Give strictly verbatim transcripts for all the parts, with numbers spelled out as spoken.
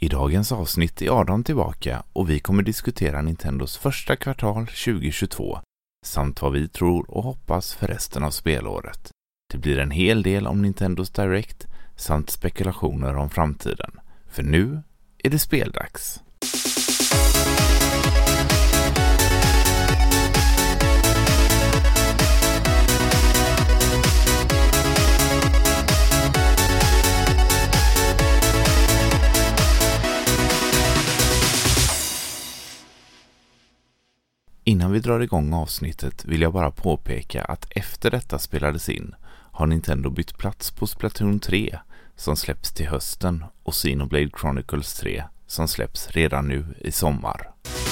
I dagens avsnitt är Adam tillbaka och vi kommer diskutera Nintendos första kvartal tjugohundratjugotvå samt vad vi tror och hoppas för resten av spelåret. Det blir en hel del om Nintendos Direct samt spekulationer om framtiden. För nu är det speldags. Innan vi drar igång avsnittet vill jag bara påpeka att efter detta spelades in har Nintendo bytt plats på Splatoon tre som släpps till hösten och Xenoblade Chronicles tre som släpps redan nu i sommar.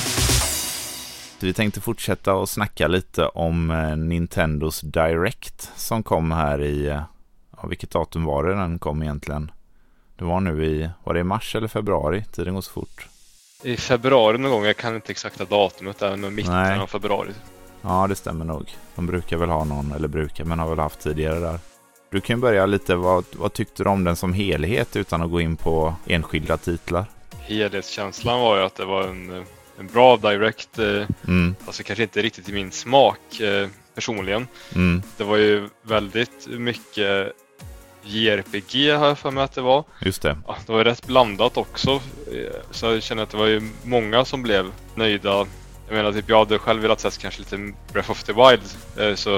Vi tänkte fortsätta och snacka lite om Nintendos Direct som kom här i, ja, vilket datum var det den kom egentligen? Det var nu i, var det i mars eller februari? Tiden går så fort. I februari någon gång, jag kan inte exakta datumet, där, men mitten Nej. av februari. Ja, det stämmer nog. De brukar väl ha någon, eller brukar, men har väl haft tidigare där. Du kan börja lite, vad, vad tyckte du om den som helhet utan att gå in på enskilda titlar? Helhetskänslan var ju att det var en, en bra direct, mm. alltså kanske inte riktigt i min smak personligen. Mm. Det var ju väldigt mycket J R P G har jag för mig att det var. Just det. Ja, det var rätt blandat också. Så jag känner att det var ju många som blev nöjda. Jag menar typ jag hade själv velat säga kanske lite Breath of the Wild. Så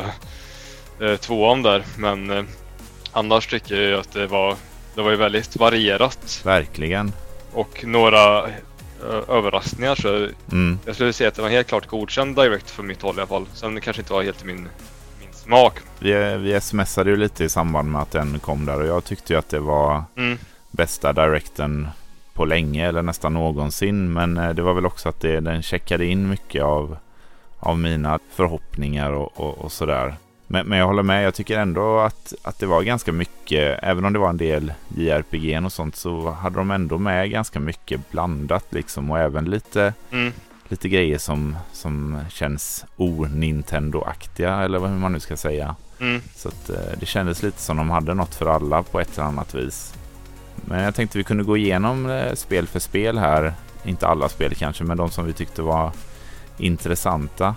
tvåan där. Men annars tycker jag att det var, det var ju väldigt varierat. Verkligen. Och några överraskningar. Så mm. jag skulle säga att det var helt klart godkänd direkt för mitt håll i alla fall. Sen det kanske inte var helt i min... smak. Vi, vi smsade ju lite i samband med att den kom där och jag tyckte ju att det var mm. bästa directen på länge eller nästan någonsin, men det var väl också att det, den checkade in mycket av, av mina förhoppningar och, och, och sådär. Men, men jag håller med, jag tycker ändå att, att det var ganska mycket, även om det var en del J R P G och sånt, så hade de ändå med ganska mycket blandat liksom, och även lite mm. lite grejer som, som känns o-Nintendo-aktiga eller vad man nu ska säga. Mm. Så att, eh, det kändes lite som de hade något för alla på ett eller annat vis. Men jag tänkte vi kunde gå igenom eh, spel för spel här. Inte alla spel kanske, men de som vi tyckte var intressanta.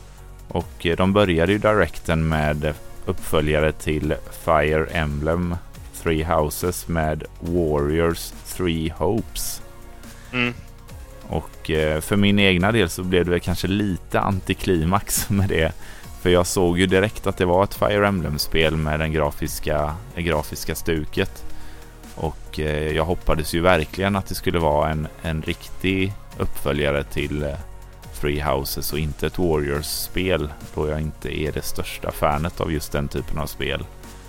Och eh, de började ju directen med uppföljare till Fire Emblem Three Houses med Warriors Three Hopes. Mm. Och eh, för min egna del så blev det väl kanske lite antiklimax med det. För jag såg ju direkt att det var ett Fire Emblem-spel med den grafiska, det grafiska stuket. Och eh, jag hoppades ju verkligen att det skulle vara en, en riktig uppföljare till eh, Three Houses och inte ett Warriors-spel. Då jag inte är det största fanet av just den typen av spel.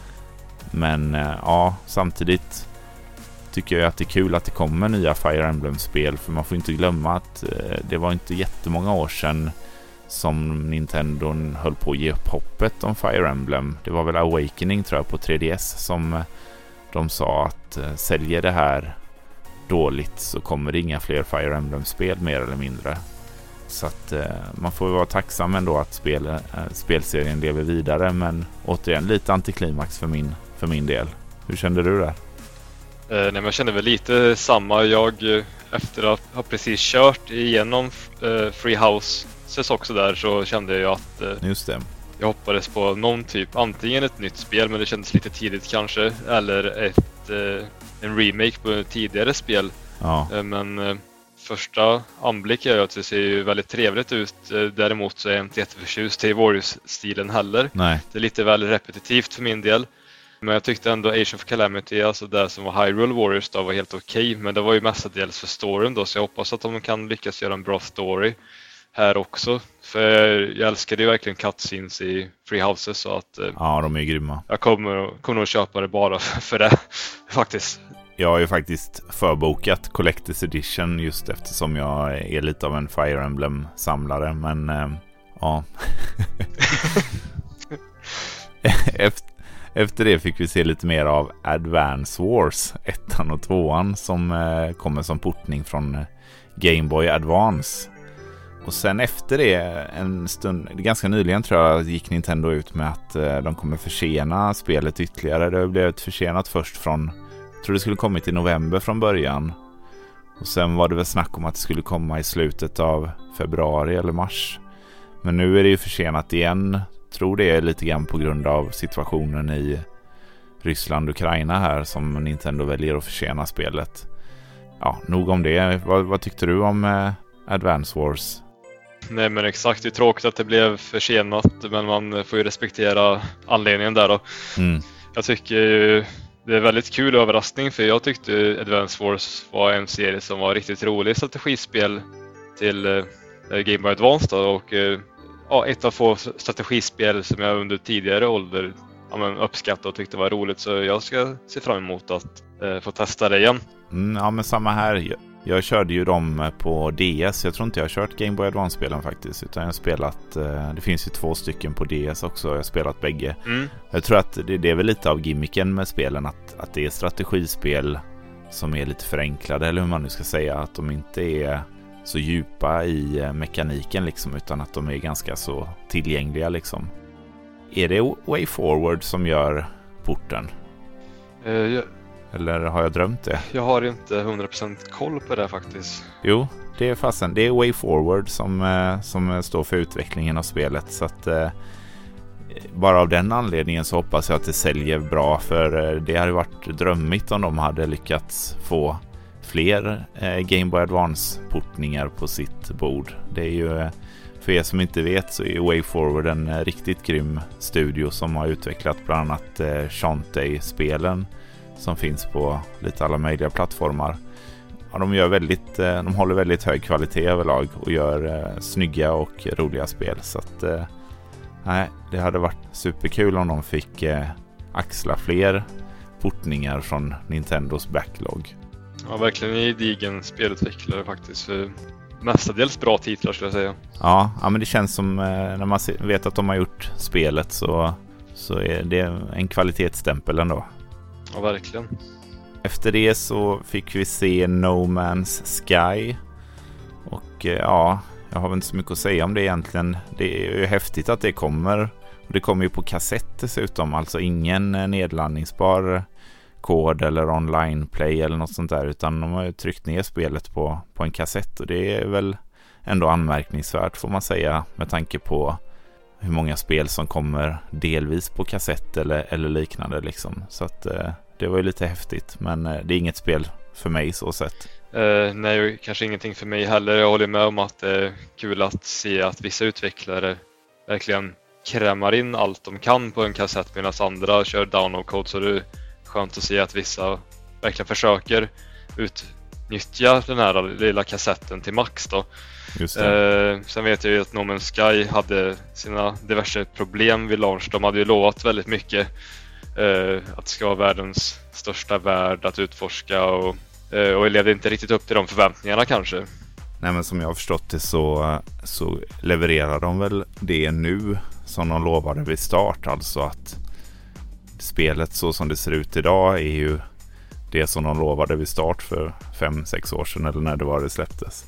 Men eh, ja, samtidigt... tycker jag att det är kul att det kommer nya Fire Emblem-spel, för man får inte glömma att eh, det var inte jättemånga år sedan som Nintendo höll på att ge upp hoppet om Fire Emblem. Det var väl Awakening tror jag på tre D S som eh, de sa att eh, säljer det här dåligt så kommer det inga fler Fire Emblem-spel mer eller mindre. Så att eh, man får vara tacksam ändå att spel, eh, spelserien lever vidare, men återigen lite antiklimax för min, för min del. Hur kände du där? Eh, nej, men jag kände väl lite samma. Jag, efter att ha precis kört igenom eh, Free Houses också där, så kände jag att eh, Just det. jag hoppades på någon typ, antingen ett nytt spel, men det kändes lite tidigt kanske, eller ett, eh, en remake på ett tidigare spel. Ja. Eh, men eh, första anblick är att det ser ju väldigt trevligt ut. Eh, däremot så är jag inte jätteförtjust i Warriors-stilen heller. Nej. Det är lite väl repetitivt för min del. Men jag tyckte ändå Age of Calamity, alltså det som var Hyrule Warriors då, var helt okej. Men det var ju mestadels för storyn då, så jag hoppas att de kan lyckas göra en bra story här också. För jag älskade ju verkligen cutscenes i Free Houses, så att... Ja, de är grymma. Jag kommer, kommer nog köpa det bara för det, faktiskt. Jag har ju faktiskt förbokat Collector's Edition just eftersom jag är lite av en Fire Emblem-samlare, men äh, ja. Efter Efter det fick vi se lite mer av Advance Wars, ettan och tvåan, som eh, kommer som portning från eh, Game Boy Advance. Och sen efter det, en stund, ganska nyligen tror jag, gick Nintendo ut med att eh, de kommer försena spelet ytterligare. Det blev försenat först från, jag tror det skulle kommit i november från början. Och sen var det väl snack om att det skulle komma i slutet av februari eller mars. Men nu är det ju försenat igen. Tror det är lite grann på grund av situationen i Ryssland och Ukraina här som Nintendo väljer att försena spelet. Ja, nog om det. Vad, vad tyckte du om eh, Advance Wars? Nej, men exakt. Det är tråkigt att det blev försenat, men man får ju respektera anledningen där då. Mm. Jag tycker ju det är väldigt kul överraskning, för jag tyckte Advance Wars var en serie som var riktigt rolig strategispel till eh, Game Boy Advance då, och eh, ja, ett av få strategispel som jag under tidigare ålder ja, men uppskattat och tyckte var roligt, så jag ska se fram emot att eh, få testa det igen. Mm, ja, men samma här. Jag, jag körde ju dem på D S. Jag tror inte jag har kört Game Boy Advance-spelen faktiskt, utan jag har spelat, eh, det finns ju två stycken på D S också, jag har spelat bägge. Mm. Jag tror att det, det är väl lite av gimmicken med spelen, att, att det är strategispel som är lite förenklade, eller hur man nu ska säga, att de inte är så djupa i mekaniken liksom, utan att de är ganska så tillgängliga liksom. Är det WayForward som gör porten? Uh, jag, Eller har jag drömt det? Jag har inte hundra procent koll på det faktiskt. Jo, det är fasen. Det är WayForward som, eh, som står för utvecklingen av spelet. Så att eh, bara av den anledningen så hoppas jag att det säljer bra. För eh, det hade varit drömmigt om de hade lyckats få fler eh, Game Boy Advance-portningar på sitt bord. Det är ju... Eh, För er som inte vet så är WayForward en riktigt grym studio som har utvecklat bland annat eh, Shantae-spelen som finns på lite alla möjliga plattformar. Ja, de gör väldigt, eh, de håller väldigt hög kvalitet överlag och gör eh, snygga och roliga spel. Så att, eh, nej, det hade varit superkul om de fick eh, axla fler portningar från Nintendos backlog. Ja, verkligen en gedigen spelutvecklare faktiskt. Mestadels bra titlar skulle jag säga. Ja, ja men det känns som eh, när man vet att de har gjort spelet så, så är det en kvalitetsstämpel ändå. Ja, verkligen. Efter det så fick vi se No Man's Sky. Och eh, ja, jag har väl inte så mycket att säga om det egentligen. Det är ju häftigt att det kommer. Och det kommer ju på kassett dessutom. Alltså ingen nedladdningsbar kod eller online play eller något sånt där, utan de har ju tryckt ner spelet på, på en kassett, och det är väl ändå anmärkningsvärt får man säga med tanke på hur många spel som kommer delvis på kassett eller, eller liknande liksom. Så att eh, det var ju lite häftigt, men eh, det är inget spel för mig så sett. Uh, nej, kanske ingenting för mig heller. Jag håller med om att det är kul att se att vissa utvecklare verkligen krämar in allt de kan på en kassett medan andra kör download-code, så det är skönt att se att vissa verkligen försöker utnyttja den här lilla kassetten till max då. Just det. Eh, sen vet jag ju att No Man's Sky hade sina diverse problem vid launch. De hade ju lovat väldigt mycket. Eh, att det ska vara världens största värld att utforska och, eh, och levde inte riktigt upp till de förväntningarna kanske. Nej, men som jag har förstått det så, så levererar de väl det nu som de lovade vid start. Alltså att spelet så som det ser ut idag är ju det som de lovade vid start för fem sex år sedan eller när det var det släpptes.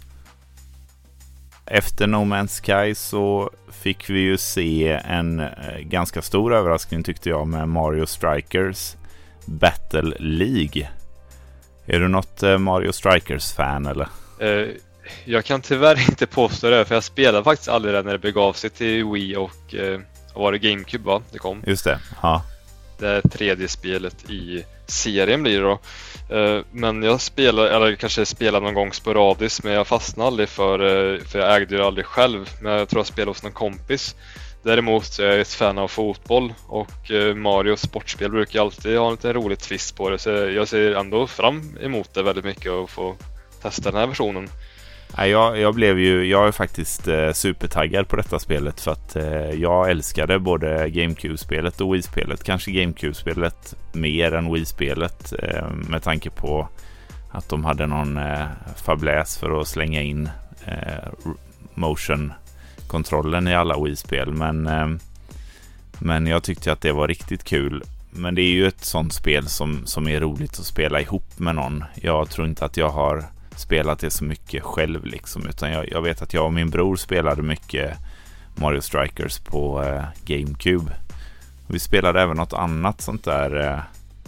Efter No Man's Sky så fick vi ju se en ganska stor överraskning tyckte jag med Mario Strikers Battle League. Är du något Mario Strikers-fan eller? Uh, jag kan tyvärr inte påstå det, för jag spelade faktiskt aldrig när det begav sig till Wii och uh, var det GameCube va? Det kom. Just det, ja. Det tredje spelet i serien blir det då. Men jag spelar, eller kanske spelar någon gång sporadiskt, men jag fastnade aldrig för, för jag ägde det aldrig själv. Men jag tror jag spelade hos någon kompis. Däremot så är jag ett fan av fotboll, och Mario sportspel brukar alltid ha en lite rolig twist på det. Så jag ser ändå fram emot det väldigt mycket och få testa den här versionen. Jag, jag blev ju, jag är faktiskt eh, supertaggad på detta spelet för att eh, jag älskade både GameCube-spelet och Wii-spelet. Kanske GameCube-spelet mer än Wii-spelet eh, med tanke på att de hade någon eh, fabläs för att slänga in eh, motion-kontrollen i alla Wii-spel. Men, eh, men jag tyckte att det var riktigt kul. Men det är ju ett sånt spel som, som är roligt att spela ihop med någon. Jag tror inte att jag har spelat det så mycket själv liksom, utan jag, jag vet att jag och min bror spelade mycket Mario Strikers på eh, GameCube. Vi spelade även något annat sånt där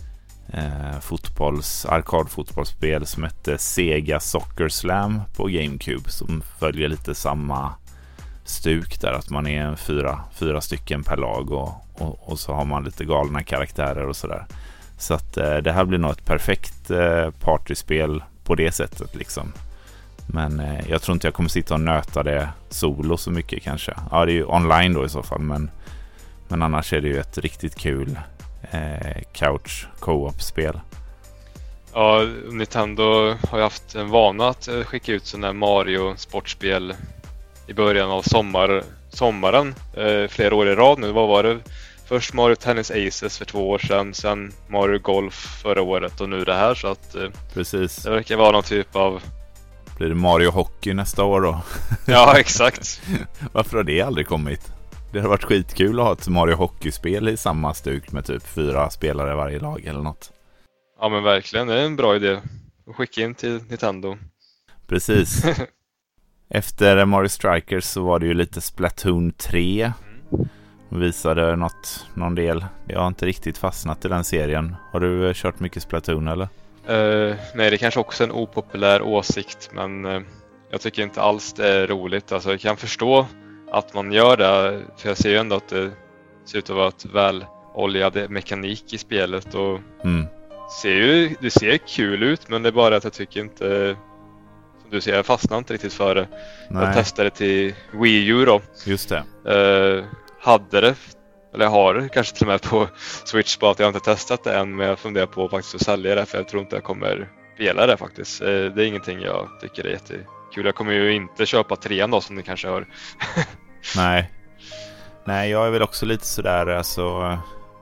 eh, fotbolls, arkadfotbollsspel som heter Sega Soccer Slam på GameCube, som följer lite samma stuk där, att man är fyra, fyra stycken per lag och, och, och så har man lite galna karaktärer och sådär. Så att eh, det här blir nog ett perfekt eh, partyspel på det sättet liksom. Men eh, jag tror inte jag kommer sitta och nöta det solo så mycket kanske. Ja, det är ju online då i så fall, men, men annars är det ju ett riktigt kul eh, couch co-op-spel. Ja, Nintendo har ju haft en vana att skicka ut sådana här Mario-sportspel i början av sommar, sommaren, eh, flera år i rad nu. Vad var det? Först Mario Tennis Aces för två år sedan, sen Mario Golf förra året och nu det här. Så att eh, Precis. Det verkar vara någon typ av... Blir det Mario Hockey nästa år då? Ja, exakt. Varför har det aldrig kommit? Det har varit skitkul att ha ett Mario Hockey-spel i samma stuk med typ fyra spelare i varje lag eller något. Ja, men verkligen. Det är en bra idé att skicka in till Nintendo. Precis. Efter Mario Strikers så var det ju lite Splatoon tre. Visade något, någon del. Jag har inte riktigt fastnat i den serien. Har du kört mycket Splatoon eller? Uh, nej, det är kanske också en opopulär åsikt, men uh, jag tycker inte alls det är roligt. Alltså, jag kan förstå att man gör det, för jag ser ju ändå att det ser ut att vara ett väloljad mekanik i spelet och mm. ser ju, det ser kul ut, men det är bara att jag tycker inte, som du säger, jag fastnar inte riktigt för det. Nej. Jag testade till Wii U då. Just det. Uh, hade det, eller jag har det kanske till och med på Switch, bara att jag inte testat det än, men jag funderar på faktiskt att sälja det, för jag tror inte jag kommer spela det faktiskt. Det är ingenting jag tycker är jättekul. Jag kommer ju inte köpa trean då, som ni kanske hör. Nej. Nej, jag är väl också lite sådär, alltså,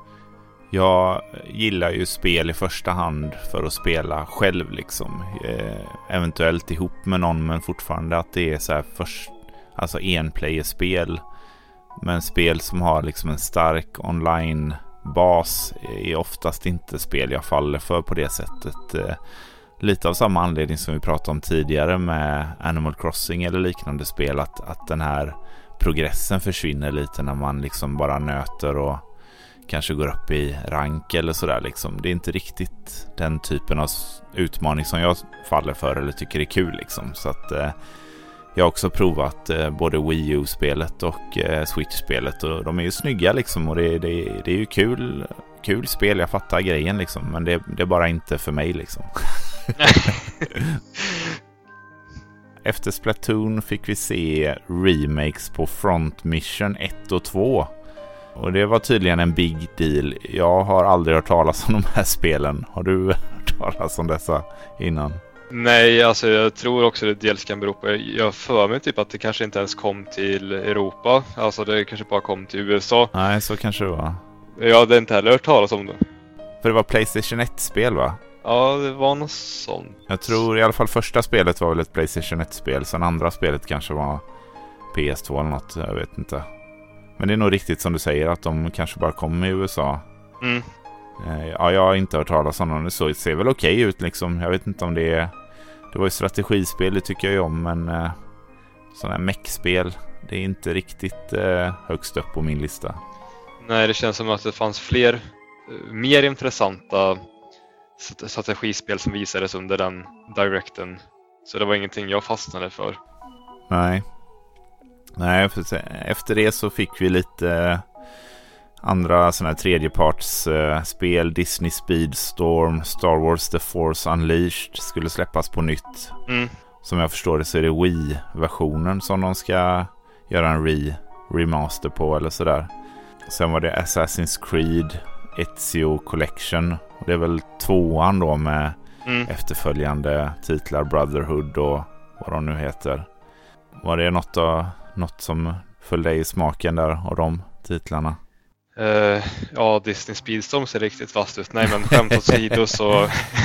jag gillar ju spel i första hand för att spela själv liksom. Eh, eventuellt ihop med någon, men fortfarande att det är så här först, alltså enplayerspel. Men spel som har liksom en stark online-bas är oftast inte spel jag faller för på det sättet. Lite av samma anledning som vi pratade om tidigare med Animal Crossing eller liknande spel, att, att den här progressen försvinner lite när man liksom bara nöter och kanske går upp i rank eller sådär liksom. Det är inte riktigt den typen av utmaning som jag faller för eller tycker är kul liksom. Så att jag har också provat eh, både Wii U-spelet och eh, Switch-spelet, och de är ju snygga liksom, och det, det, det är ju kul, kul spel, jag fattar grejen liksom, men det, det är bara inte för mig liksom. Efter Splatoon fick vi se remakes på Front Mission ett och två, och det var tydligen en big deal. Jag har aldrig hört talas om de här spelen. Har du hört talas om dessa innan? Nej, alltså jag tror också det dels kan bero på, jag för mig typ att det kanske inte ens kom till Europa, alltså det kanske bara kom till U S A. Nej, så kanske det var. Jag hade inte heller hört talas om det. För det var PlayStation ett-spel va? Ja, det var något sånt. Jag tror i alla fall första spelet var väl ett PlayStation ett-spel, sen andra spelet kanske var P S två eller något, jag vet inte. Men det är nog riktigt som du säger, att de kanske bara kom i U S A. Mm. Ja, jag har inte hört talas om dem, så det ser väl okej okay ut liksom. Jag vet inte om det är... Det var ju strategispel, det tycker jag ju om, men eh, sådana här mech-spel, det är inte riktigt eh, högst upp på min lista. Nej, det känns som att det fanns fler, eh, mer intressanta strategispel som visades under den directen. Så det var ingenting jag fastnade för. Nej. Nej, för efter det så fick vi lite eh, andra sådana här tredjeparts eh, spel. Disney Speedstorm, Star Wars The Force Unleashed skulle släppas på nytt. Mm. Som jag förstår det så är det Wii-versionen som de ska göra en re- remaster på eller sådär. Sen var det Assassin's Creed Ezio Collection. Och det är väl tvåan då med mm. efterföljande titlar, Brotherhood och vad de nu heter. Var det något, då, något som föll dig i smaken där av de titlarna? Uh, ja, Disney Speedstorm ser riktigt fast ut. Nej, men skämt åsido så,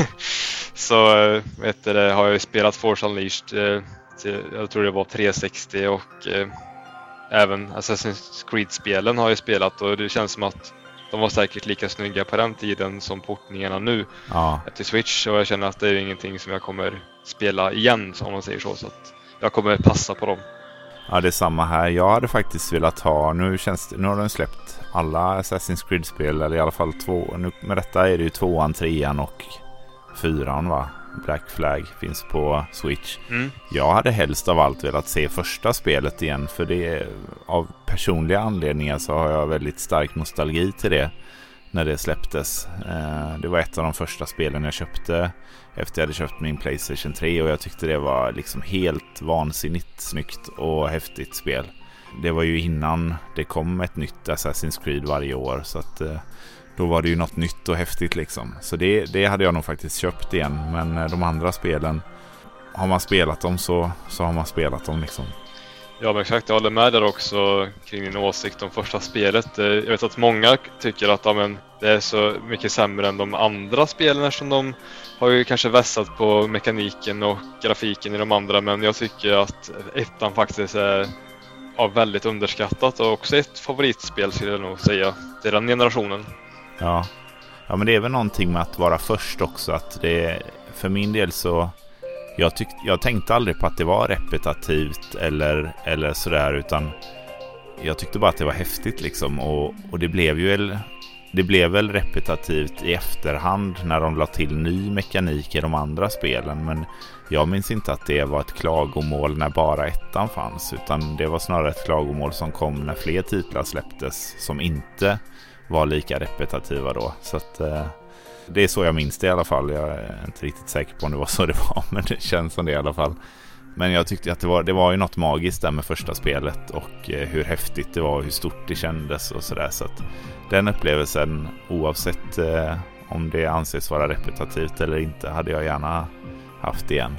så vet det, har jag ju spelat Force Unleashed. Uh, till, jag tror det var trehundrasextio och uh, även Assassin's Creed-spelen har jag spelat, och det känns som att de var säkert lika snygga på den tiden som portningarna nu ja. till Switch, och jag känner att det är ingenting som jag kommer spela igen, om man säger så, så att jag kommer passa på dem. Ja, det är samma här. Jag hade faktiskt velat ha, nu känns det, nu har de släppt alla Assassin's Creed-spel, eller i alla fall två. Nu, med detta är det ju tvåan, trean och fyran, va? Black Flag finns på Switch. Mm. Jag hade helst av allt velat se första spelet igen, för det av personliga anledningar så har jag väldigt stark nostalgi till det när det släpptes. Eh, det var ett av de första spelen jag köpte efter jag hade köpt min PlayStation tre, och jag tyckte det var liksom helt vansinnigt snyggt och häftigt spel. Det var ju innan det kom ett nytt Assassin's Creed varje år, så att eh, då var det ju något nytt och häftigt liksom. Så det, det hade jag nog faktiskt köpt igen. Men de andra spelen, har man spelat dem så, så har man spelat dem liksom. Ja, men exakt, jag håller med där också kring din åsikt om första spelet. Jag vet att många tycker att ja, men det är så mycket sämre än de andra spelen, som de har ju kanske vässat på mekaniken och grafiken i de andra. Men jag tycker att ettan faktiskt är ja, väldigt underskattat, och också ett favoritspel skulle jag nog säga till den generationen. Ja. Ja, men det är väl någonting med att vara först också, att det, för min del så jag, tyck, jag tänkte aldrig på att det var repetitivt eller, eller sådär, utan jag tyckte bara att det var häftigt liksom, och, och det blev ju väl, det blev väl repetitivt i efterhand när de la till ny mekanik i de andra spelen, men jag minns inte att det var ett klagomål när bara ettan fanns, utan det var snarare ett klagomål som kom när fler titlar släpptes som inte var lika repetitiva då. Så att eh, det är så jag minns det i alla fall. Jag är inte riktigt säker på om det var så det var, men det känns som det i alla fall. Men jag tyckte att det var, det var ju något magiskt där med första spelet, och eh, hur häftigt det var, hur stort det kändes och sådär. Så att den upplevelsen, oavsett eh, om det anses vara repetitivt eller inte, hade jag gärna haft igen.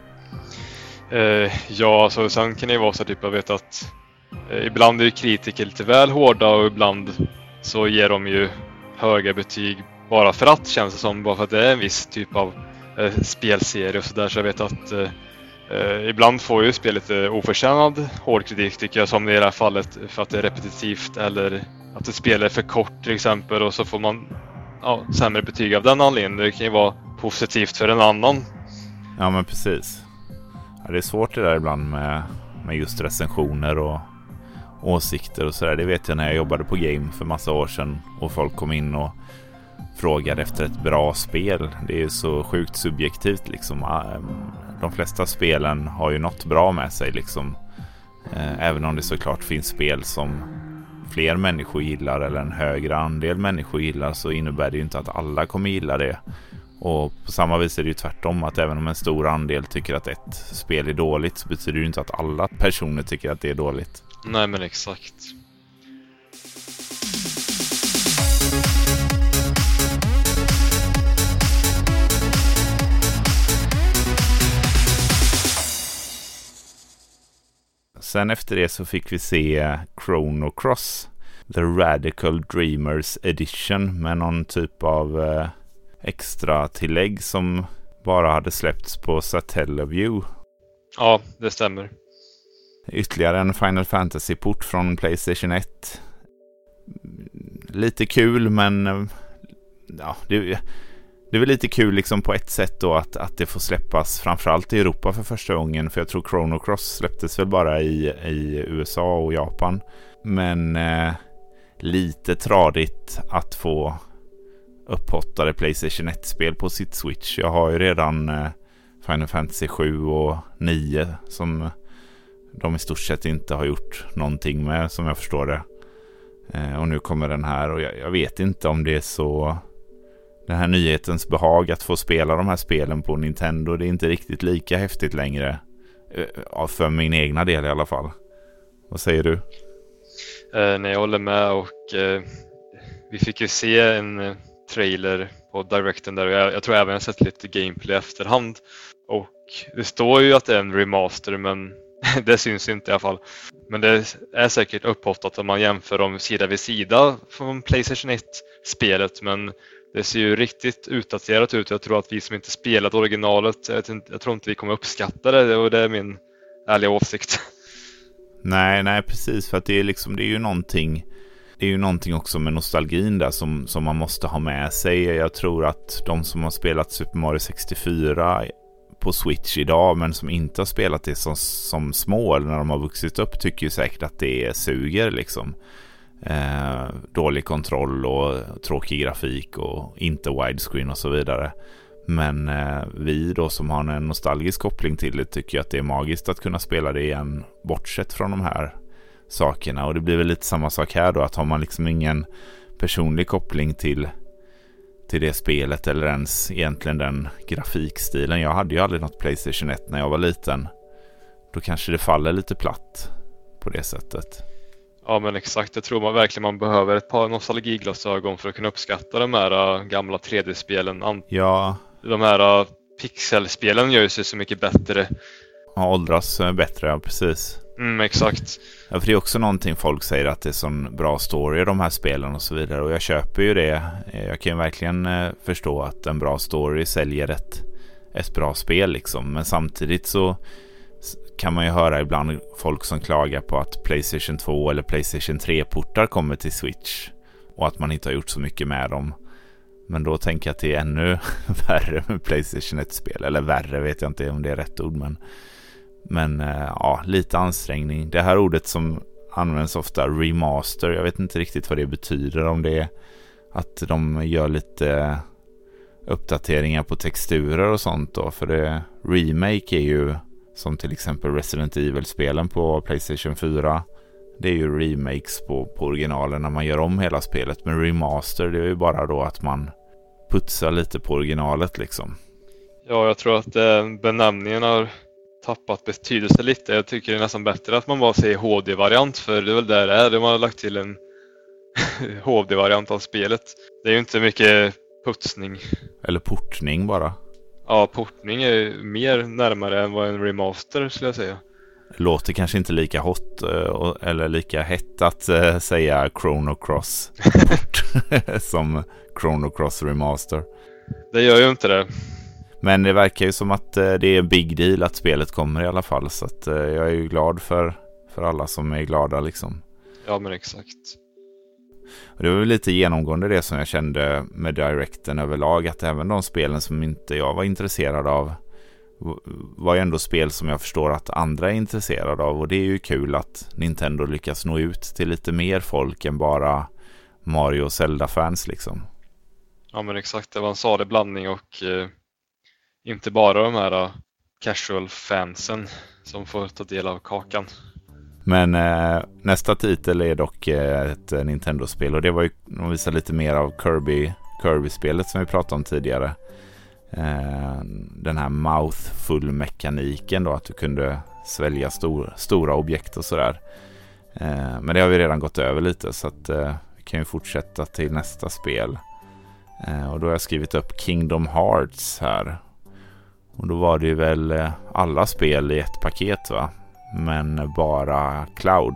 Eh, ja, så sen kan det ju vara så typ, jag vet att eh, ibland är ju kritiker lite väl hårda, och ibland så ger de ju höga betyg bara för att, känns det som, bara för att det är en viss typ av eh, spelserie och sådär. Så jag vet att eh, eh, ibland får ju spelet eh, oförtjänad hård kritik, tycker jag, som i det här fallet, för att det är repetitivt eller att ett spel är för kort till exempel, och så får man ja, sämre betyg av den anledningen. Det kan ju vara positivt för en annan. Ja, men precis. Ja, det är svårt det där ibland med, med just recensioner och åsikter och sådär. Det vet jag när jag jobbade på Game för massa år sedan, och folk kom in och frågade efter ett bra spel. Det är ju så sjukt subjektivt liksom. De flesta spelen har ju något bra med sig liksom. Även om det såklart finns spel som fler människor gillar eller en högre andel människor gillar, så innebär det ju inte att alla kommer gilla det. Och på samma vis är det ju tvärtom, att även om en stor andel tycker att ett spel är dåligt, så betyder det ju inte att alla personer tycker att det är dåligt. Nej, men exakt. Sen efter det så fick vi se Chrono Cross, The Radical Dreamers Edition, med någon typ av eh, extra tillägg som bara hade släppts på Satellaview. Ja, det stämmer. Ytterligare en Final Fantasy-port från PlayStation ett. Lite kul, men ja, det, det är väl lite kul liksom på ett sätt då att, att det får släppas framförallt i Europa för första gången. För jag tror Chrono Cross släpptes väl bara i, i U S A och Japan. Men eh, lite tradigt att få upphottade PlayStation ett-spel på sitt Switch. Jag har ju redan eh, Final Fantasy sju och nio som de i stort sett inte har gjort någonting med, som jag förstår det. Eh, och nu kommer den här, och jag, jag vet inte om det är så den här nyhetens behag att få spela de här spelen på Nintendo. Det är inte riktigt lika häftigt längre. Eh, för min egna del i alla fall. Vad säger du? Eh, nej, jag håller med, och eh, vi fick ju se en eh, trailer på Directen där, och jag, jag tror även jag sett lite gameplay i efterhand. Och det står ju att det är en remaster, men det syns inte i alla fall. Men det är säkert upphottat om man jämför dem sida vid sida från PlayStation ett-spelet. Men det ser ju riktigt utdaterat ut. Jag tror att vi som inte spelat originalet, jag, inte, jag tror inte vi kommer uppskatta det. Och det är min ärliga åsikt. Nej, nej precis. För att det är, liksom, det är ju någonting... Det är ju någonting också med nostalgin där som, som man måste ha med sig. Jag tror att de som har spelat Super Mario sextiofyra på på Switch idag men som inte har spelat det som, som små eller när de har vuxit upp tycker ju säkert att det suger liksom. Eh, dålig kontroll och tråkig grafik och inte widescreen och så vidare. Men eh, vi då som har en nostalgisk koppling till det tycker att det är magiskt att kunna spela det igen bortsett från de här sakerna. Och det blir väl lite samma sak här då, att har man liksom ingen personlig koppling till till det spelet eller ens egentligen den grafikstilen. Jag hade ju aldrig något PlayStation ett när jag var liten. Då kanske det faller lite platt på det sättet. Ja men exakt, jag tror man verkligen man behöver ett par nostalgiglasögon för att kunna uppskatta de här uh, gamla tre D-spelen. Ja. De här uh, pixelspelen gör ju sig så mycket bättre. Ja, åldras bättre, ja precis. Mm, exakt. Ja, för det är också någonting folk säger att det är sån bra story i de här spelen och så vidare. Och jag köper ju det. Jag kan ju verkligen eh, förstå att en bra story säljer ett, ett bra spel liksom. Men samtidigt så kan man ju höra ibland folk som klagar på att PlayStation två eller PlayStation tre-portar kommer till Switch. Och att man inte har gjort så mycket med dem. Men då tänker jag att det är ännu värre med PlayStation ett-spel. Eller värre vet jag inte om det är rätt ord, men Men ja, lite ansträngning. Det här ordet som används ofta, remaster, jag vet inte riktigt vad det betyder. Om det är att de gör lite uppdateringar på texturer och sånt då. För det, remake är ju som till exempel Resident Evil-spelen på PlayStation fyra. Det är ju remakes på, på originalen när man gör om hela spelet. Men remaster, det är ju bara då att man putsar lite på originalet liksom. Ja, jag tror att eh, benämningen har tappat betydelse lite. Jag tycker det är nästan bättre att man bara säger H D-variant, för det är väl där det är. De har lagt till en H D-variant av spelet. Det är ju inte mycket putsning. Eller portning bara. Ja, portning är mer närmare än vad en remaster skulle jag säga. Det låter kanske inte lika hot eller lika hett att säga Chrono Cross som Chrono Cross Remaster. Det gör ju inte det. Men det verkar ju som att det är en big deal att spelet kommer i alla fall. Så att jag är ju glad för, för alla som är glada liksom. Ja, men exakt. Och det var lite genomgående det som jag kände med Directen överlag. Att även de spelen som inte jag var intresserad av var ju ändå spel som jag förstår att andra är intresserade av. Och det är ju kul att Nintendo lyckas nå ut till lite mer folk än bara Mario och Zelda-fans liksom. Ja, men exakt. Det var en salig blandning och eh, inte bara de här uh, casual-fansen som får ta del av kakan. Men eh, nästa titel är dock eh, ett eh, Nintendo-spel. Och det var ju, de visar lite mer av Kirby, Kirby-spelet som vi pratade om tidigare. Eh, den här mouthful-mekaniken då, att du kunde svälja stor, stora objekt och sådär. Eh, men det har vi redan gått över lite, så att eh, vi kan ju fortsätta till nästa spel. Eh, och då har jag skrivit upp Kingdom Hearts här. Och då var det ju väl eh, alla spel i ett paket va? Men bara Cloud.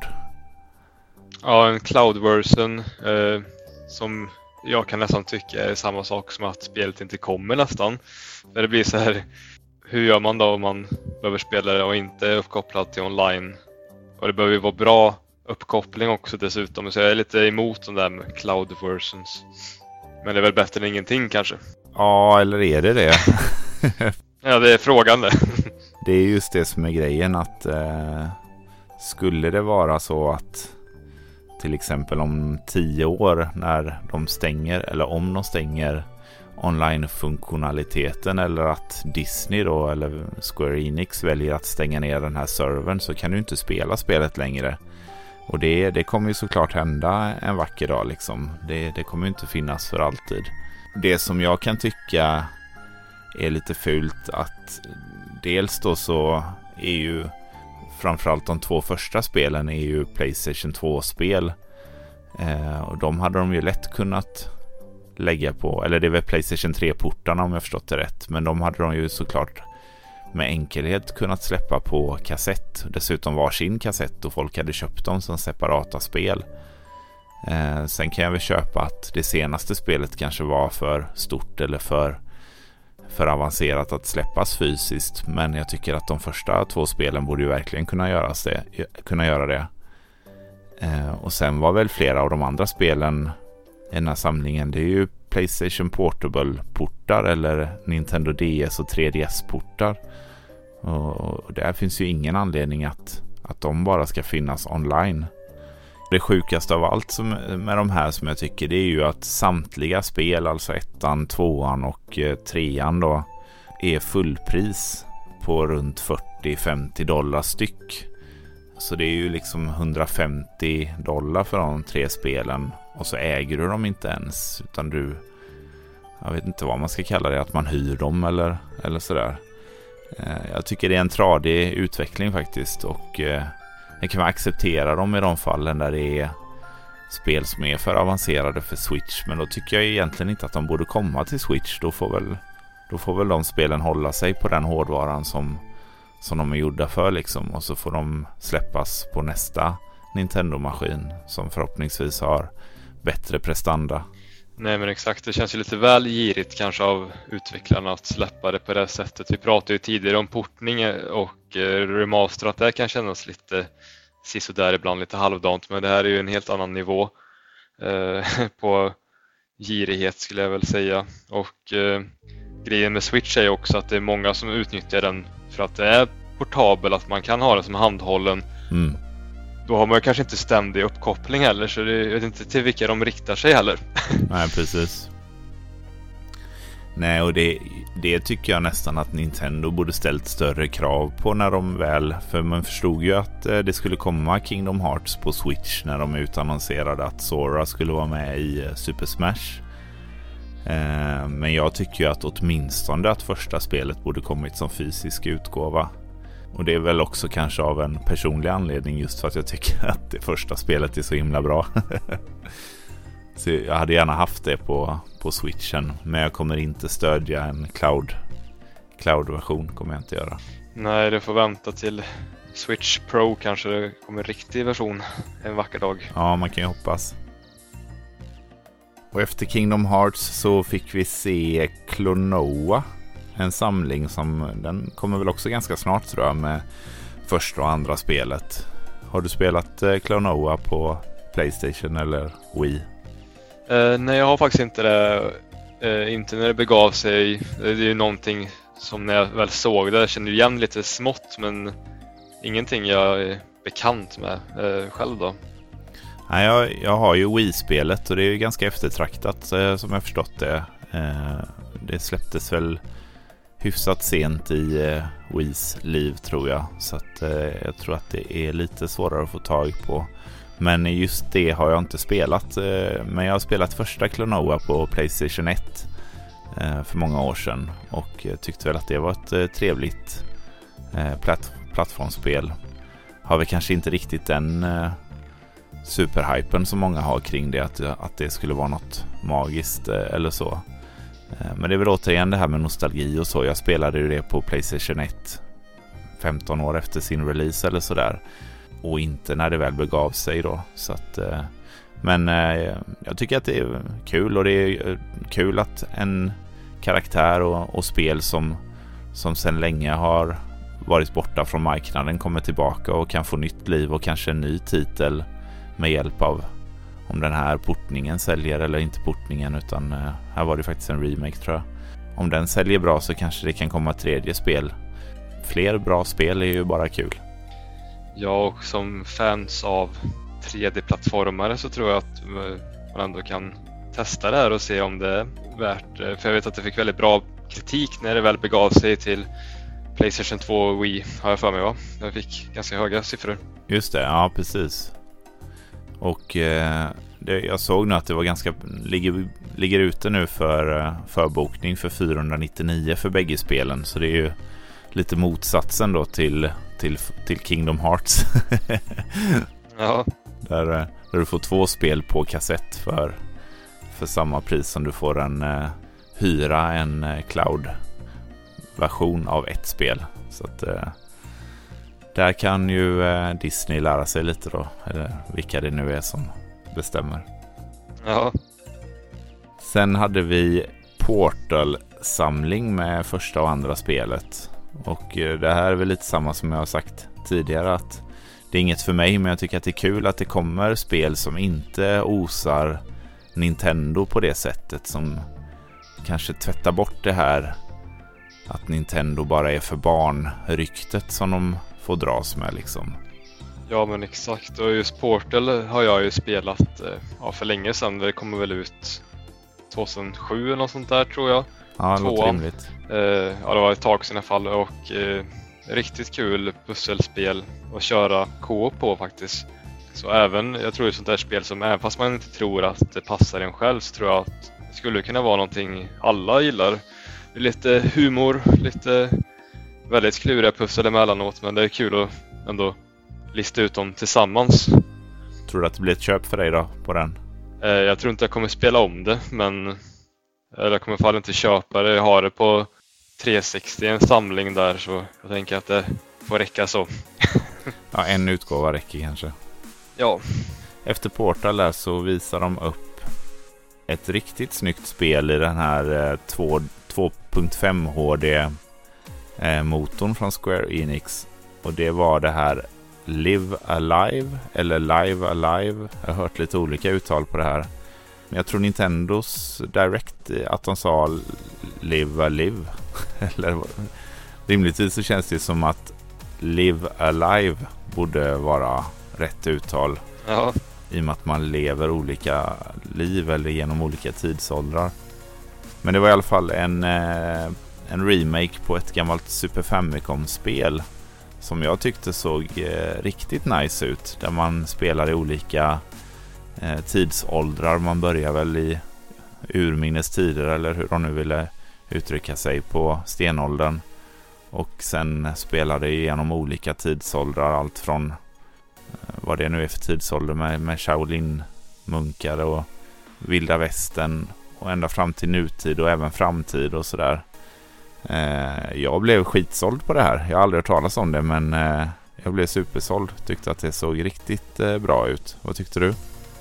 Ja, en Cloud-version eh, som jag kan nästan tycka är samma sak som att spelet inte kommer nästan. För det blir så här, hur gör man då om man behöver spela det och inte är uppkopplad till online? Och det behöver ju vara bra uppkoppling också dessutom. Så jag är lite emot de där med Cloud-versions. Men det är väl bättre än ingenting kanske? Ja, eller är det det? Ja, det är frågan det. Det är just det som är grejen, att eh, skulle det vara så att till exempel om tio år när de stänger, eller om de stänger online-funktionaliteten, eller att Disney då eller Square Enix väljer att stänga ner den här servern, så kan du inte spela spelet längre. Och det, det kommer ju såklart hända en vacker dag liksom. Det, det kommer ju inte finnas för alltid. Det som jag kan tycka är lite fult, att dels då så är ju framförallt de två första spelen är ju PlayStation två-spel. Eh, och de hade de ju lätt kunnat lägga på, eller det är väl PlayStation tre-portarna om jag förstått det rätt. Men de hade de ju såklart med enkelhet kunnat släppa på kassett. Dessutom varsin kassett, och folk hade köpt dem som separata spel. Eh, sen kan jag väl köpa att det senaste spelet kanske var för stort eller för för avancerat att släppas fysiskt, men jag tycker att de första två spelen borde ju verkligen kunna göra det, kunna göra det. Eh, och sen var väl flera av de andra spelen i den här samlingen, det är ju PlayStation Portable-portar eller Nintendo D S och tre D S-portar. Och där finns ju ingen anledning att, att de bara ska finnas online. Det sjukaste av allt som, med de här som jag tycker, det är ju att samtliga spel, alltså ettan, tvåan och eh, trean då, är fullpris på runt fyrtio till femtio dollar styck. Så det är ju liksom hundrafemtio dollar för de tre spelen. Och så äger du dem inte ens, utan du, jag vet inte vad man ska kalla det, att man hyr dem eller, eller sådär. Eh, jag tycker det är en tradig utveckling faktiskt, och eh, jag kan acceptera dem i de fallen där det är spel som är för avancerade för Switch. Men då tycker jag egentligen inte att de borde komma till Switch. Då får väl, då får väl de spelen hålla sig på den hårdvaran som, som de är gjorda för liksom. Och så får de släppas på nästa Nintendo-maskin som förhoppningsvis har bättre prestanda. Nej men exakt, det känns ju lite väl girigt kanske av utvecklarna att släppa det på det sättet. Vi pratade ju tidigare om portning och eh, remaster, att det kan kännas lite sisådär ibland, lite halvdant, men det här är ju en helt annan nivå eh, på girighet skulle jag väl säga. Och eh, grejen med Switch är ju också att det är många som utnyttjar den för att det är portabel, att man kan ha den som handhållen. Mm. Då har man ju kanske inte ständig uppkoppling heller, så det, jag vet inte till vilka de riktar sig heller. Nej, precis. Nej, och det, det tycker jag nästan att Nintendo borde ställt större krav på när de väl, för man förstod ju att det skulle komma Kingdom Hearts på Switch när de utannonserade att Sora skulle vara med i Super Smash. Eh, men jag tycker ju att åtminstone att första spelet borde kommit som fysisk utgåva. Och det är väl också kanske av en personlig anledning, just för att jag tycker att det första spelet är så himla bra. Så jag hade gärna haft det på, på Switchen, men jag kommer inte stödja en cloud, cloud-version, kommer jag inte göra. Nej, det får vänta till Switch Pro, kanske det kommer en riktig version en vacker dag. Ja, man kan ju hoppas. Och efter Kingdom Hearts så fick vi se Klonoa. En samling som, den kommer väl också ganska snart tror jag, med första och andra spelet. Har du spelat eh, Klonoa på PlayStation eller Wii? Uh, nej, jag har faktiskt inte det. Uh, inte när det begav sig. Det är ju någonting som när jag väl såg det, jag kände igen lite smått, men ingenting jag är bekant med uh, själv då. Nej, jag, jag har ju Wii-spelet och det är ju ganska eftertraktat uh, som jag förstått det. Uh, det släpptes väl hyfsat sent i uh, Wiis liv tror jag, så att, uh, jag tror att det är lite svårare att få tag på. Men just det har jag inte spelat. Uh, men jag har spelat första Klonoa på PlayStation ett uh, för många år sedan och uh, tyckte väl att det var ett uh, trevligt uh, platt, plattformsspel. Har vi kanske inte riktigt den uh, superhypen som många har kring det, att, att det skulle vara något magiskt uh, eller så. Men det är väl återigen det här med nostalgi och så. Jag spelade ju det på PlayStation ett femton år efter sin release eller sådär. Och inte när det väl begav sig då. Så att, men jag tycker att det är kul. Och det är kul att en karaktär och, och spel som, som sedan länge har varit borta från marknaden kommer tillbaka och kan få nytt liv och kanske en ny titel med hjälp av, om den här portningen säljer eller inte portningen, utan uh, här var det faktiskt en remake tror jag. Om den säljer bra så kanske det kan komma ett tredje spel. Fler bra spel är ju bara kul. Ja, och som fans av tre D-plattformare så tror jag att man ändå kan testa det här och se om det är värt. För jag vet att det fick väldigt bra kritik när det väl begav sig till PlayStation två och Wii, har jag för mig va? Jag fick ganska höga siffror. Just det, ja precis. Och eh, det, jag såg nu att det var ganska ligger, ligger ute nu för förbokning för fyrahundranittionio för bägge spelen. Så det är ju lite motsatsen då till, till, till Kingdom Hearts. Ja. Där, där du får två spel på kassett för, för samma pris som du får en eh, hyra en eh, cloud-version av ett spel. Så att eh, där kan ju eh, Disney lära sig lite då, eller vilka det nu är som bestämmer. Ja. Sen hade vi Portal-samling med första och andra spelet. Och eh, det här är väl lite samma som jag har sagt tidigare, att det är inget för mig, men jag tycker att det är kul att det kommer spel som inte osar Nintendo på det sättet, som kanske tvättar bort det här att Nintendo bara är för barn, ryktet som de får dras med liksom. Ja, men exakt. Och just Portal har jag ju spelat ja, för länge sedan. Det kommer väl ut tjugohundrasju eller något sånt där, tror jag. Ja, det låter rimligt. Eh, ja, det var ett tag sedan i alla fall. Och eh, riktigt kul pusselspel att köra co-op på faktiskt. Så även, jag tror det är sånt där spel som, även fast man inte tror att det passar en själv, så tror jag att det skulle kunna vara någonting alla gillar. Det är lite humor, lite väldigt kluriga pussel emellanåt, men det är kul att ändå lista ut dem tillsammans. Tror du att det blir ett köp för dig då på den? Eh, jag tror inte jag kommer spela om det, men eller jag kommer fall inte köpa det. Jag har det på trehundrasextio, en samling där, så jag tänker att det får räcka så. Ja, en utgåva räcker kanske. Ja. Efter Portal där så visar de upp ett riktigt snyggt spel i den här två punkt fem H D eh, motorn från Square Enix. Och det var det här Live Alive eller Live Alive. Jag har hört lite olika uttal på det här. Men jag tror Nintendos Direct att de sa Live Alive. Eller rimligtvis så känns det som att Live Alive borde vara rätt uttal. Ja. I och med att man lever olika liv eller genom olika tidsåldrar. Men det var i alla fall en, eh, en remake på ett gammalt Super Famicom-spel som jag tyckte såg eh, riktigt nice ut. Där man spelar i olika eh, tidsåldrar. Man börjar väl i urminnes tider, eller hur de nu ville uttrycka sig, på stenåldern. Och sen spelar det igenom olika tidsåldrar. Allt från eh, vad det nu är för tidsålder med, med Shaolin-munkar och vilda västern. Och ända fram till nutid och även framtid och sådär. Eh, jag blev skitsåld på det här. Jag har aldrig hört talas om det, men eh, jag blev supersåld. Tyckte att det såg riktigt eh, bra ut. Vad tyckte du?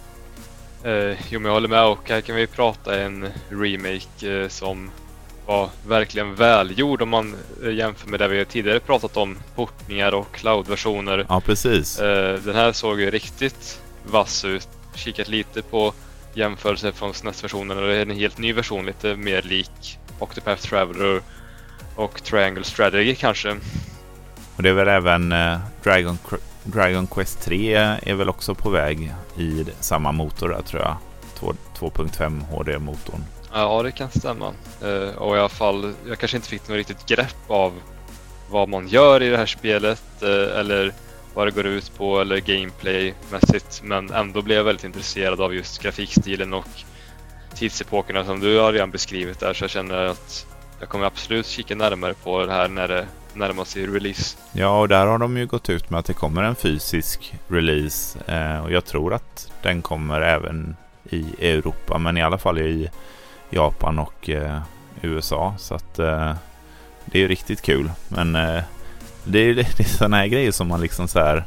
Eh, jo, men jag håller med, och här kan vi prata en remake eh, som var verkligen välgjord om man eh, jämför med det vi tidigare pratat om, portningar och cloud-versioner. Ja, precis. Eh, den här såg ju riktigt vass ut. Kikat lite på jämförelse från S N E S-versionen, och det är en helt ny version, lite mer lik Octopath Traveler och Triangle Strategy kanske. Och det är väl även eh, Dragon, Dragon Quest tre är väl också på väg i samma motor där, tror jag. två punkt fem H D-motorn. Ja, det kan stämma. Eh, och i alla fall, jag kanske inte fick något riktigt grepp av vad man gör i det här spelet, eh, eller vad det går ut på, eller gameplay-mässigt, men ändå blev jag väldigt intresserad av just grafikstilen och tidsepokerna som du har redan beskrivit där, så jag känner att jag kommer absolut kika närmare på det här när det närmar sig release. Ja, och där har de ju gått ut med att det kommer en fysisk release, eh, och jag tror att den kommer även i Europa, men i alla fall i Japan och eh, U S A, så att eh, det är ju riktigt kul. Men eh, det är, det är sådana här grejer som man liksom så här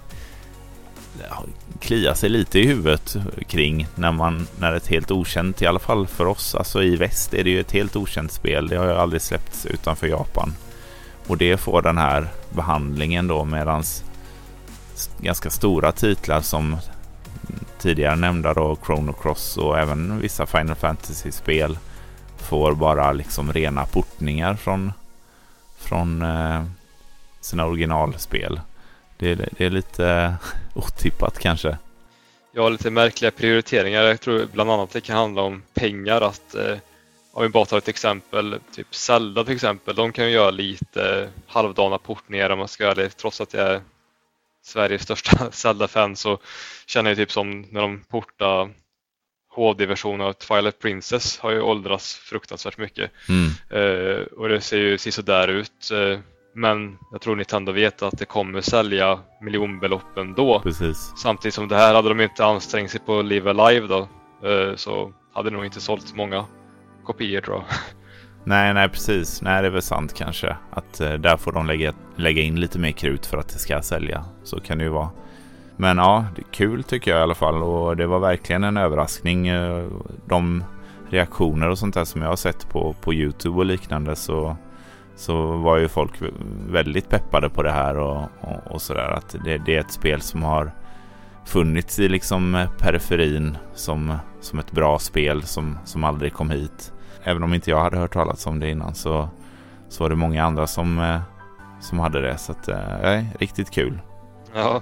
kliar sig lite i huvudet kring när man när ett helt okänt, i alla fall för oss, alltså i väst är det ju ett helt okänt spel. Det har ju aldrig släppts utanför Japan. Och det får den här behandlingen då, medans ganska stora titlar som tidigare nämnda då, Chrono Cross och även vissa Final Fantasy-spel får bara liksom rena portningar från från eh, sina originalspel. Det är, det är lite otippat kanske. Ja, lite märkliga prioriteringar. Jag tror bland annat det kan handla om pengar. Att, eh, om vi bara tar ett exempel, typ Zelda till exempel, de kan ju göra lite halvdana portningar om man ska göra det. Trots att jag är Sveriges största Zelda-fan, så känner jag typ som när de portar H D-versionen av Twilight Princess har ju åldrats fruktansvärt mycket. Mm. Eh, och det ser ju så där ut. Eh, men jag tror Nintendo vet att det kommer sälja miljonbeloppen då. Precis. Samtidigt som det här hade de inte ansträngt sig på Live Alive då. Eh, så hade de nog inte sålt så många kopior, tror jag. Nej, nej precis. Nej, det är väl sant kanske. Att eh, där får de lägga, lägga in lite mer krut för att det ska sälja. Så kan det ju vara. Men ja, det är kul tycker jag i alla fall. Och det var verkligen en överraskning. De reaktioner och sånt där som jag har sett på, på YouTube och liknande, så, så var ju folk väldigt peppade på det här. Och, och, och sådär. Att det, det är ett spel som har funnits i liksom periferin som, som ett bra spel som, som aldrig kom hit. Även om inte jag hade hört talas om det innan så, så var det många andra som, som hade det. Så att, eh, riktigt kul. Ja.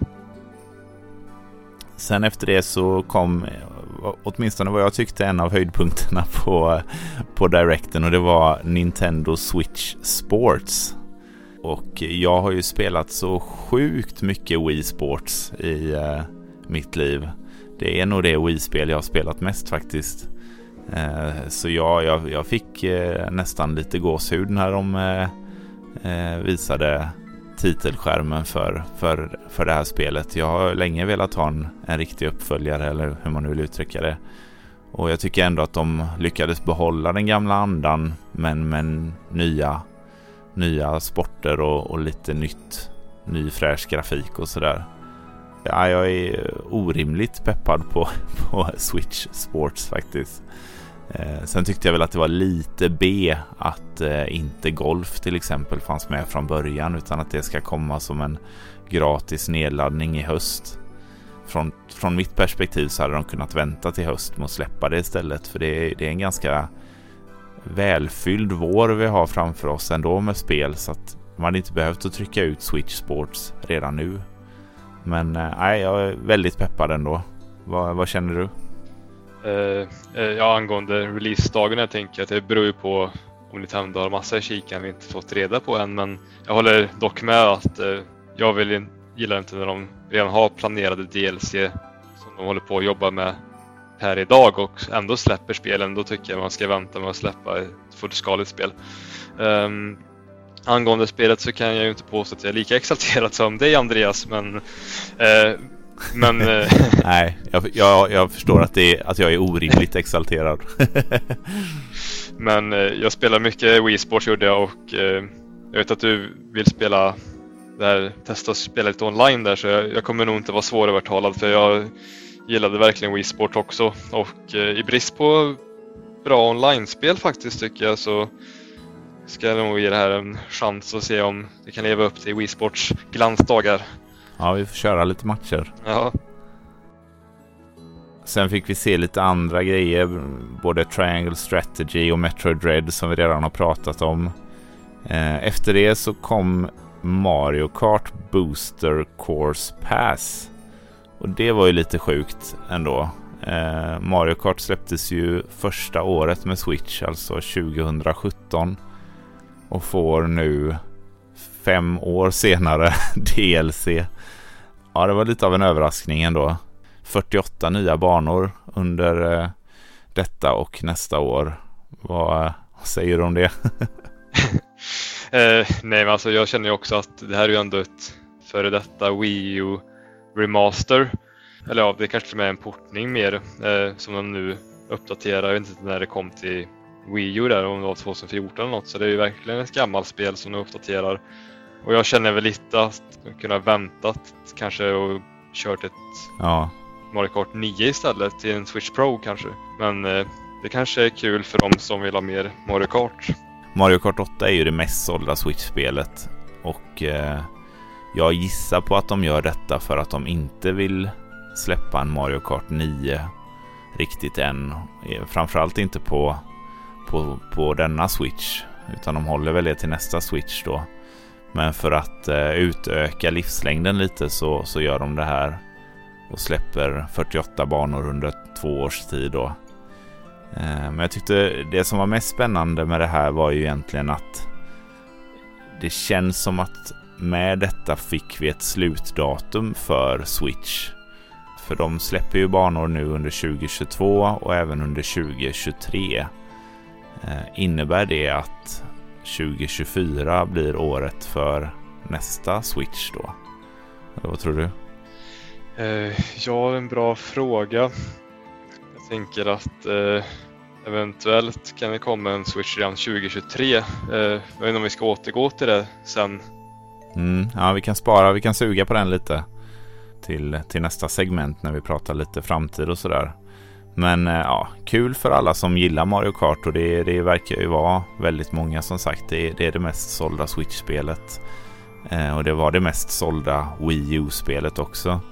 Sen efter det så kom åtminstone vad jag tyckte en av höjdpunkterna på, på Directen, och det var Nintendo Switch Sports. Och jag har ju spelat så sjukt mycket Wii Sports i eh, mitt liv. Det är nog det Wii-spel jag har spelat mest faktiskt. Eh, så ja, jag, jag fick eh, nästan lite gåshud när de eh, eh, visade titelskärmen för, för, för det här spelet. Jag har länge velat ha en, en riktig uppföljare, eller hur man nu vill uttrycka det. Och jag tycker ändå att de lyckades behålla den gamla andan, men med nya, nya sporter och, och lite nytt, ny fräsch grafik och sådär. Ja, jag är orimligt peppad på, på Switch Sports faktiskt. Eh, sen tyckte jag väl att det var lite B att eh, inte golf till exempel fanns med från början, utan att det ska komma som en gratis nedladdning i höst. Från, från mitt perspektiv så hade de kunnat vänta till höst med att släppa det istället, för det är, det är en ganska välfylld vår vi har framför oss ändå med spel, så att man hade inte behövt att trycka ut Switch Sports redan nu. Men nej, jag är väldigt peppad ändå. Vad, vad känner du? Uh, uh, ja, angående releasedagen, jag tänker att det beror ju på om Nintendo har massa i kikan vi inte fått reda på än, men jag håller dock med att uh, jag vill in, gillar inte när de redan har planerade D L C som de håller på att jobba med här idag och ändå släpper spelen. Då tycker jag man ska vänta med att släppa ett fullskaligt spel. Um, angående spelet så kan jag ju inte påstå att jag är lika exalterad som dig, Andreas, men uh, men nej, jag, jag, jag förstår att, det är, att jag är orimligt exalterad. Men jag spelar mycket Wii Sports gjorde jag, och eh, jag vet att du vill spela där, testa att spela lite online där, så jag, jag kommer nog inte vara svårövertalad, för jag gillade verkligen Wii Sports också, och eh, i brist på bra online-spel faktiskt tycker jag, så ska jag nog ge det här en chans och se om det kan leva upp till Wii Sports glansdagar. Ja, vi får köra lite matcher. Ja. Sen fick vi se lite andra grejer, både Triangle Strategy och Metroid Dread som vi redan har pratat om. Efter det så kom Mario Kart Booster Course Pass. Och det var ju lite sjukt ändå. Mario Kart släpptes ju första året med Switch, alltså tjugohundrasjutton. Och får nu fem år senare D L C. Ja, det var lite av en överraskning ändå. fyrtioåtta nya banor under eh, detta och nästa år. Vad, vad säger du om det? eh, nej, men alltså jag känner ju också att det här är ju ändå ett före detta Wii U remaster. Eller ja, det är kanske med en portning mer eh, som de nu uppdaterar. Jag vet inte när det kom till Wii U där, om det var tjugohundrafjorton eller något. Så det är ju verkligen ett gammalt spel som de uppdaterar. Och jag känner väl lite att de kunde ha väntat kanske och kört ett ja. Mario Kart nio istället till en Switch Pro kanske. Men eh, det kanske är kul för dem som vill ha mer Mario Kart. Mario Kart åtta är ju det mest sålda Switch-spelet. Och eh, jag gissar på att de gör detta för att de inte vill släppa en Mario Kart nio riktigt än. Framförallt inte på, på, på denna Switch. Utan de håller väl det till nästa Switch då. Men för att eh, utöka livslängden lite så, så gör de det här och släpper fyrtioåtta banor under två års tid då. Eh, men jag tyckte det som var mest spännande med det här var ju egentligen att det känns som att med detta fick vi ett slutdatum för Switch. För de släpper ju banor nu under tjugohundratjugotvå och även under tjugohundratjugotre. Eh, innebär det att tjugohundratjugofyra blir året för nästa Switch då? Eller vad tror du? Uh, ja, en bra fråga. Jag tänker att uh, eventuellt kan det komma en Switch redan tjugohundratjugotre. Uh, jag vet inte om vi ska återgå till det sen. Mm, ja, vi kan spara, vi kan suga på den lite till, till nästa segment när vi pratar lite framtid och sådär. Men ja, kul för alla som gillar Mario Kart, och det, det verkar ju vara väldigt många som sagt. Det, det är det mest sålda Switch-spelet. Eh, och det var det mest sålda Wii U-spelet också.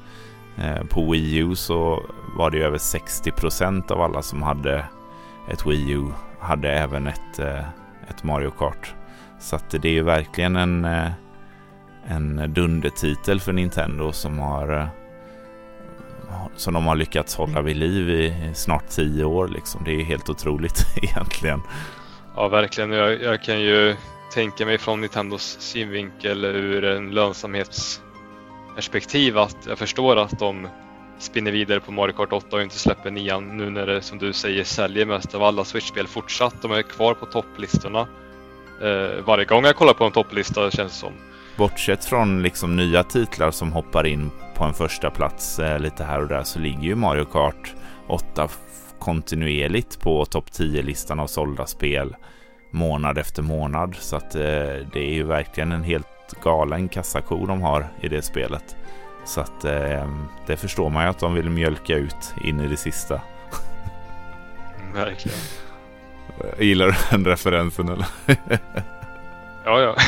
Eh, på Wii U så var det över sextio procent av alla som hade ett Wii U hade även ett, eh, ett Mario Kart. Så att det är ju verkligen en, eh, en dundertitel för Nintendo som har eh, som de har lyckats hålla vid liv i snart tio år liksom. Det är ju helt otroligt egentligen. Ja, verkligen. Jag, jag kan ju tänka mig från Nintendos synvinkel ur en lönsamhetsperspektiv att jag förstår att de spinner vidare på Mario Kart åtta och inte släpper nian nu när det, som du säger, säljer mest av alla Switch-spel fortsatt. De är kvar på topplistorna. Eh, varje gång jag kollar på en topplista känns det som. Bortsett från liksom nya titlar som hoppar in på en första plats eh, lite här och där, så ligger ju Mario Kart åtta f- kontinuerligt på topp tio-listan av sålda spel månad efter månad. Så att eh, det är ju verkligen en helt galen kassako de har i det spelet. Så att eh, det förstår man ju att de vill mjölka ut in i det sista. Verkligen. Gillar du den referensen eller? Ja, ja.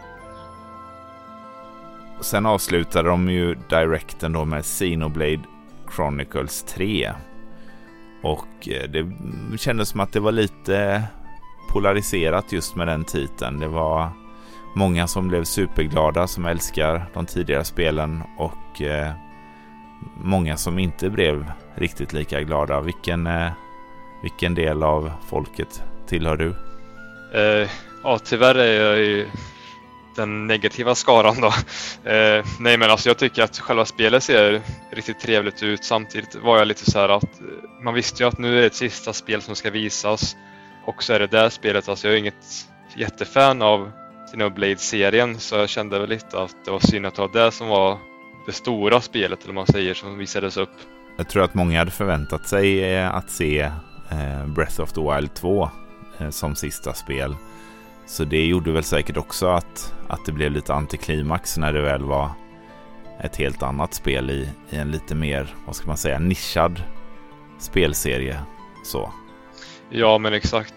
Sen avslutade de ju directen då med Xenoblade Chronicles tre. Och det kändes som att det var lite polariserat just med den titeln. Det var många som blev superglada som älskar de tidigare spelen och eh, många som inte blev riktigt lika glada. Vilken, eh, vilken del av folket tillhör du? Eh, ja, tyvärr är jag ju den negativa skaran då. Eh, nej men alltså jag tycker att själva spelet ser riktigt trevligt ut. Samtidigt var jag lite så här att man visste ju att nu är det ett sista spel som ska visas. Och så är det där spelet, alltså jag är inget jättefan av Xenoblade-serien, så jag kände väl lite att det var synd att det var det som var det stora spelet, eller man säger, som visades upp. Jag tror att många hade förväntat sig att se Breath of the Wild två som sista spel. Så det gjorde väl säkert också att, att det blev lite antiklimax när det väl var ett helt annat spel i, i en lite mer, vad ska man säga, nischad spelserie. Så. Ja, men exakt.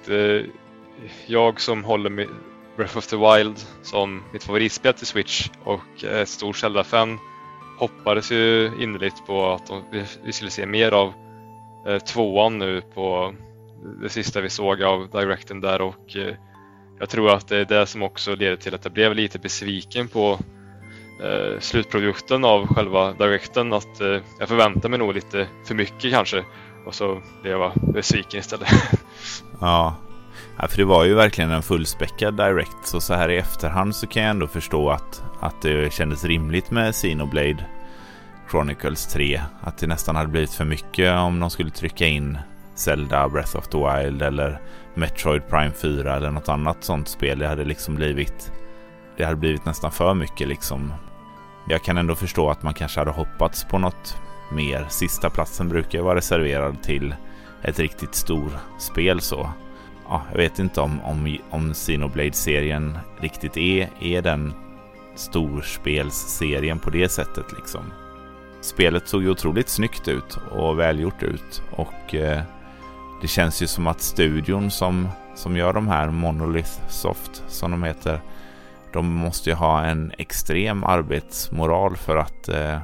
Jag som håller med Breath of the Wild som mitt favoritspel till Switch och är ett stort Zelda-fan hoppades ju innerligt på att de, vi skulle se mer av eh, tvåan nu på det sista vi såg av directen där, och eh, jag tror att det är det som också leder till att jag blev lite besviken på eh, slutprodukten av själva directen, att eh, jag förväntar mig nog lite för mycket kanske, och så blev jag besviken istället. Ja. Ja, för det var ju verkligen en fullspäckad direct, så så här i efterhand så kan jag ändå förstå att, att det kändes rimligt med Xenoblade Chronicles tre, att det nästan hade blivit för mycket om de skulle trycka in Zelda Breath of the Wild eller Metroid Prime fyra eller något annat sånt spel. Det hade liksom blivit det hade blivit nästan för mycket liksom. Jag kan ändå förstå att man kanske hade hoppats på något mer. Sista platsen brukar vara reserverad till ett riktigt stor spel så. Ja, jag vet inte om, om, om Xenoblade-serien riktigt är, är den storspelsserien på det sättet liksom. Spelet såg ju otroligt snyggt ut och välgjort ut, och eh, det känns ju som att studion som, som gör de här, Monolith Soft som de heter, de måste ju ha en extrem arbetsmoral, för att eh,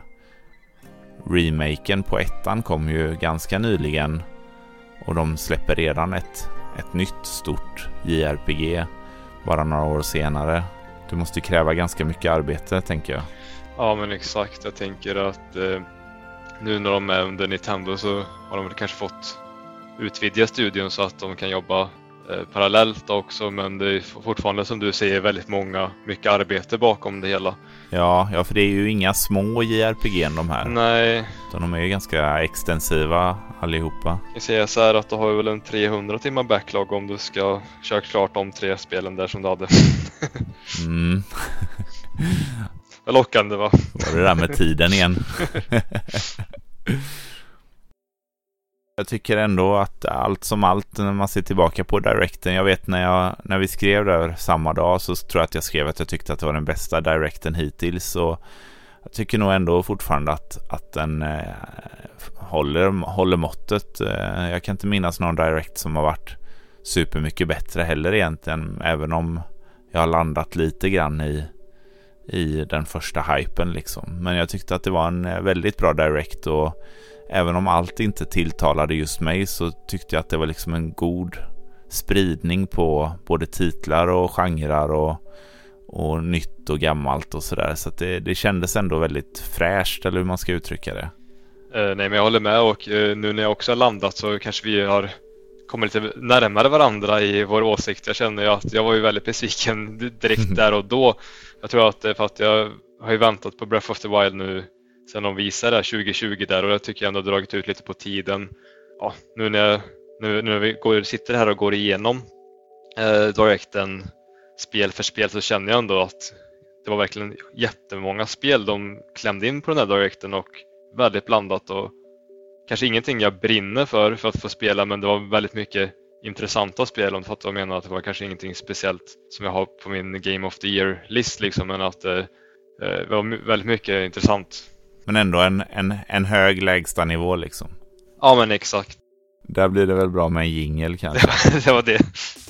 remaken på ettan kom ju ganska nyligen och de släpper redan ett ett nytt stort J R P G bara några år senare. Det måste ju kräva ganska mycket arbete, tänker jag. Ja, men exakt. Jag tänker att eh, nu när de är under Nintendo så har de kanske fått utvidga studion så att de kan jobba eh, parallellt också, men det är fortfarande, som du säger, väldigt många, mycket arbete bakom det hela. Ja, ja, för det är ju inga små J R P G de här. Nej. Utan de är ju ganska extensiva allihopa. Jag kan säga så här att du har ju väl en trehundra timmar backlog om du ska köra klart de tre spelen där som du hade. Mm. Vad lockande, va? Var det där med tiden igen? Jag tycker ändå att allt som allt, när man ser tillbaka på directen, jag vet när, jag, när vi skrev där samma dag, så tror jag att jag skrev att jag tyckte att det var den bästa directen hittills, och jag tycker nog ändå fortfarande att, att den eh, håller, håller måttet. Eh, jag kan inte minnas någon direct som har varit supermycket bättre heller egentligen, även om jag har landat lite grann i i den första hypen liksom. Men jag tyckte att det var en väldigt bra direct, och även om allt inte tilltalade just mig så tyckte jag att det var liksom en god spridning på både titlar och genrer och, och nytt och gammalt och sådär. Så att det, det kändes ändå väldigt fräscht, eller hur man ska uttrycka det. Uh, nej, men jag håller med, och uh, nu när jag också har landat så kanske vi har kommit lite närmare varandra i vår åsikt. Jag känner ju att jag var ju väldigt besviken direkt där och då. Jag tror att det är för att jag har ju väntat på Breath of the Wild nu sen de visade det tjugo tjugo där, och jag tycker jag ändå har dragit ut lite på tiden. Ja, nu när, jag, nu, nu när vi går, sitter här och går igenom eh, directen spel för spel, så känner jag ändå att det var verkligen jättemånga spel de klämde in på den här directen, och väldigt blandat, och kanske ingenting jag brinner för för att få spela, men det var väldigt mycket intressanta spel, om att jag menar att det var kanske ingenting speciellt som jag har på min Game of the Year-list liksom, men att eh, det var väldigt mycket intressant. Men ändå en, en, en hög lägsta nivå liksom. Ja, men exakt. Där blir det väl bra med en jingle kanske. Det var det.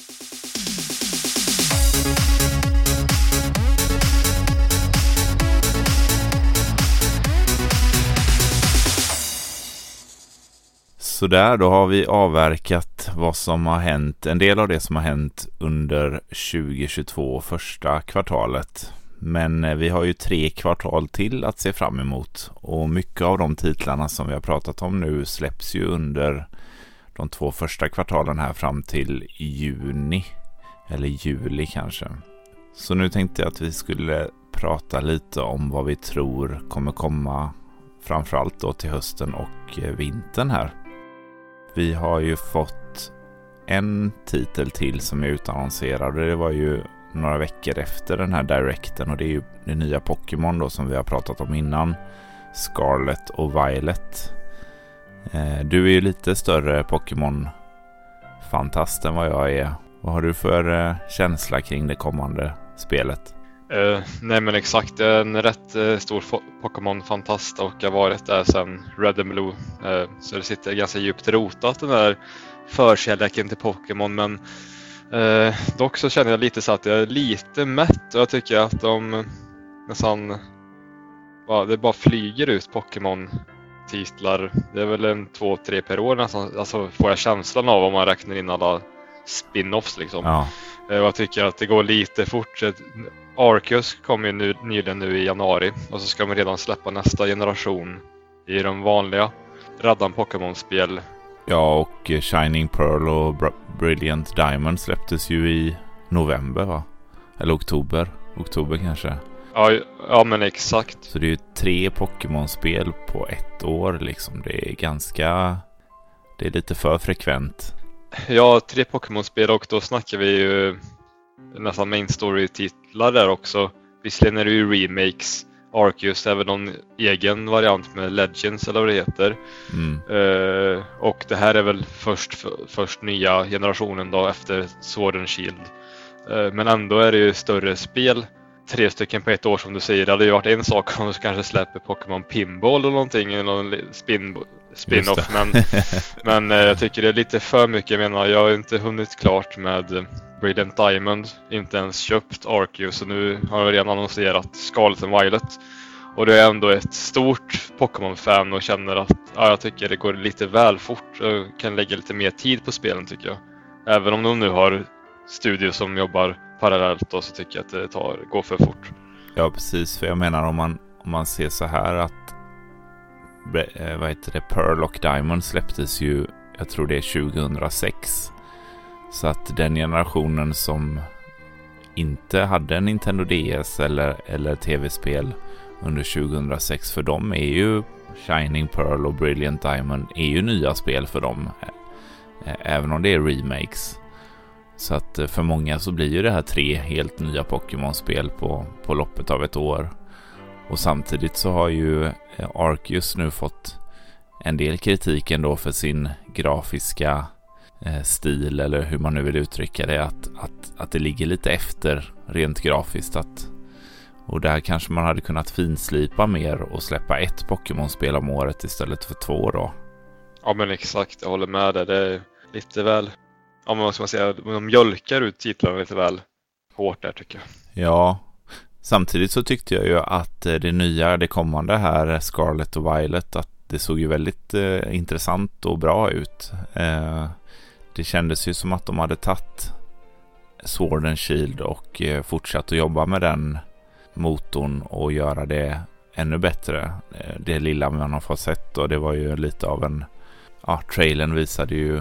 Så där, då har vi avverkat vad som har hänt, en del av det som har hänt under tjugo tjugotvå, första kvartalet. Men vi har ju tre kvartal till att se fram emot, och mycket av de titlarna som vi har pratat om nu släpps ju under de två första kvartalen här fram till juni, eller juli kanske. Så nu tänkte jag att vi skulle prata lite om vad vi tror kommer komma, framförallt då till hösten och vintern här. Vi har ju fått en titel till som är utannonserad, och det var ju några veckor efter den här directen, och det är ju det nya Pokémon då som vi har pratat om innan, Scarlet och Violet. Eh, du är ju lite större Pokémon-fantast än vad jag är. Vad har du för eh, känsla kring det kommande spelet? Uh, nej men exakt, det är en rätt uh, stor fo- Pokémon-fantast, och jag har varit där sedan Red and Blue, uh, så det sitter ganska djupt rotat den där förkärleken till Pokémon, men uh, dock så känner jag lite så att jag är lite mätt, och jag tycker att de nästan ja, det bara flyger ut Pokémon-titlar. Det är väl en två, tre per år nästan, alltså får jag känslan av om man räknar in alla spin-offs liksom. Ja. Uh, och jag tycker att det går lite fort. Arceus kom ju nu, nyligen nu i januari, och så ska man redan släppa nästa generation i de vanliga raddan Pokémon-spel. Ja, och Shining Pearl och Br- Brilliant Diamond släpptes ju i november, va? Eller oktober. Oktober kanske. Ja, ja men exakt. Så det är ju tre Pokémon-spel på ett år liksom. Det är ganska... Det är lite för frekvent. Ja, tre Pokémon-spel, och då snackar vi ju nästan main story-titlar där också. Visserligen är det ju remakes. Arceus är väl någon egen variant med Legends eller vad det heter. Mm. Uh, och det här är väl först, för, först nya generationen då efter Sword and Shield. Uh, men ändå är det ju större spel. Tre stycken på ett år som du säger. Det hade ju varit en sak om du kanske släpper Pokémon Pinball eller någonting. Eller någon spin, spin-off. Men, men uh, jag tycker det är lite för mycket. Jag menar, jag har inte hunnit klart med Brilliant Diamond, inte ens köpt Arceus, så nu har jag redan annonserat Scarlet and Violet. Och det är ändå ett stort Pokémon-fan och känner att ja, jag tycker det går lite väl fort och kan lägga lite mer tid på spelen tycker jag. Även om de nu har studier som jobbar parallellt då, så tycker jag att det tar, går för fort. Ja, precis. För jag menar om man, om man ser så här att vad heter det, Pearl och Diamond släpptes ju, jag tror det är tjugohundrasex. Så att den generationen som inte hade en Nintendo D S eller, eller tv-spel under tjugohundrasex, för dem är ju Shining Pearl och Brilliant Diamond är ju nya spel för dem, även om det är remakes. Så att för många så blir ju det här tre helt nya Pokémon-spel på, på loppet av ett år. Och samtidigt så har ju Arceus nu fått en del kritik ändå för sin grafiska stil, eller hur man nu vill uttrycka det, att, att, att det ligger lite efter rent grafiskt, att, och där kanske man hade kunnat finslipa mer och släppa ett Pokémon-spel om året istället för två då. Ja men exakt, jag håller med dig, det är lite väl, ja men vad ska man säga, de mjölkar ut titlarna lite väl hårt där tycker jag. Ja, Samtidigt så tyckte jag ju att det nya, det kommande här, Scarlet och Violet, att det såg ju väldigt eh, intressant och bra ut. Eh, det kändes ju som att de hade tagit Sword and Shield och eh, fortsatt att jobba med den motorn och göra det ännu bättre. Eh, det lilla man har fått sett, och det var ju lite av en, ja, trailern visade ju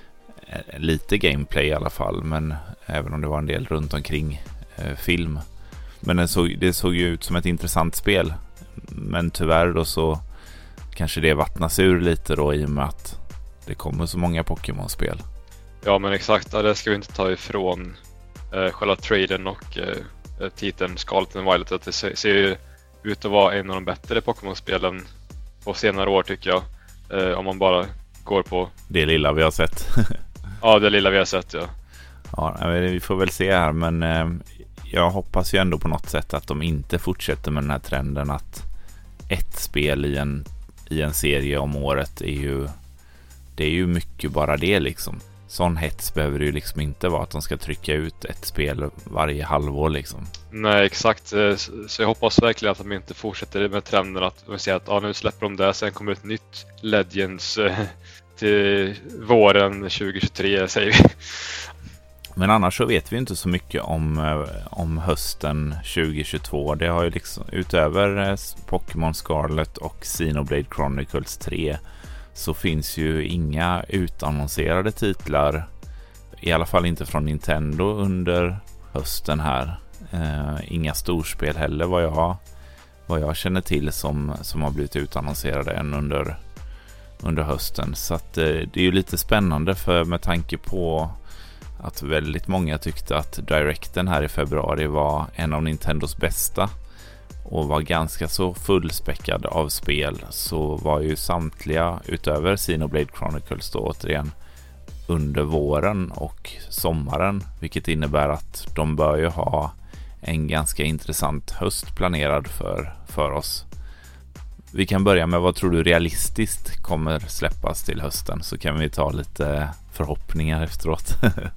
eh, lite gameplay i alla fall, men även om det var en del runt omkring eh, film. Men det såg, det såg ju ut som ett intressant spel. Men tyvärr då så kanske det vattnas ur lite då i och med att det kommer så många Pokémon-spel. Ja, men exakt. Det ska vi inte ta ifrån eh, själva traden och eh, titeln Scarlet and Violet. Att det ser, ser ju ut att vara en av de bättre Pokémon-spelen på senare år, tycker jag. Eh, om man bara går på... Det lilla vi har sett. Ja, det lilla vi har sett, ja. Ja, vi får väl se här, men... Eh, jag hoppas ju ändå på något sätt att de inte fortsätter med den här trenden att ett spel i en, i en serie om året är ju, det är ju mycket bara det liksom. Sån hets behöver det ju liksom inte vara att de ska trycka ut ett spel varje halvår liksom. Nej, exakt. Så jag hoppas verkligen att de inte fortsätter med trenden att de säger att ah, nu släpper de det, sen kommer ett nytt Legends till våren tjugohundratjugotre, säger vi. Men annars så vet vi inte så mycket om, om hösten tjugohundratjugotvå. Det har ju liksom, utöver Pokémon Scarlet och Xenoblade Chronicles tre, så finns ju inga utannonserade titlar, i alla fall inte från Nintendo under hösten här. Eh, inga storspel heller vad jag, vad jag känner till som, som har blivit utannonserade än under, under hösten. Så att, eh, det är ju lite spännande, för med tanke på att väldigt många tyckte att Directen här i februari var en av Nintendos bästa och var ganska så fullspäckad av spel, så var ju samtliga utöver Xenoblade Chronicles då återigen under våren och sommaren, vilket innebär att de bör ju ha en ganska intressant höst planerad för, för oss. Vi kan börja med, vad tror du realistiskt kommer släppas till hösten, så kan vi ta lite förhoppningar efteråt.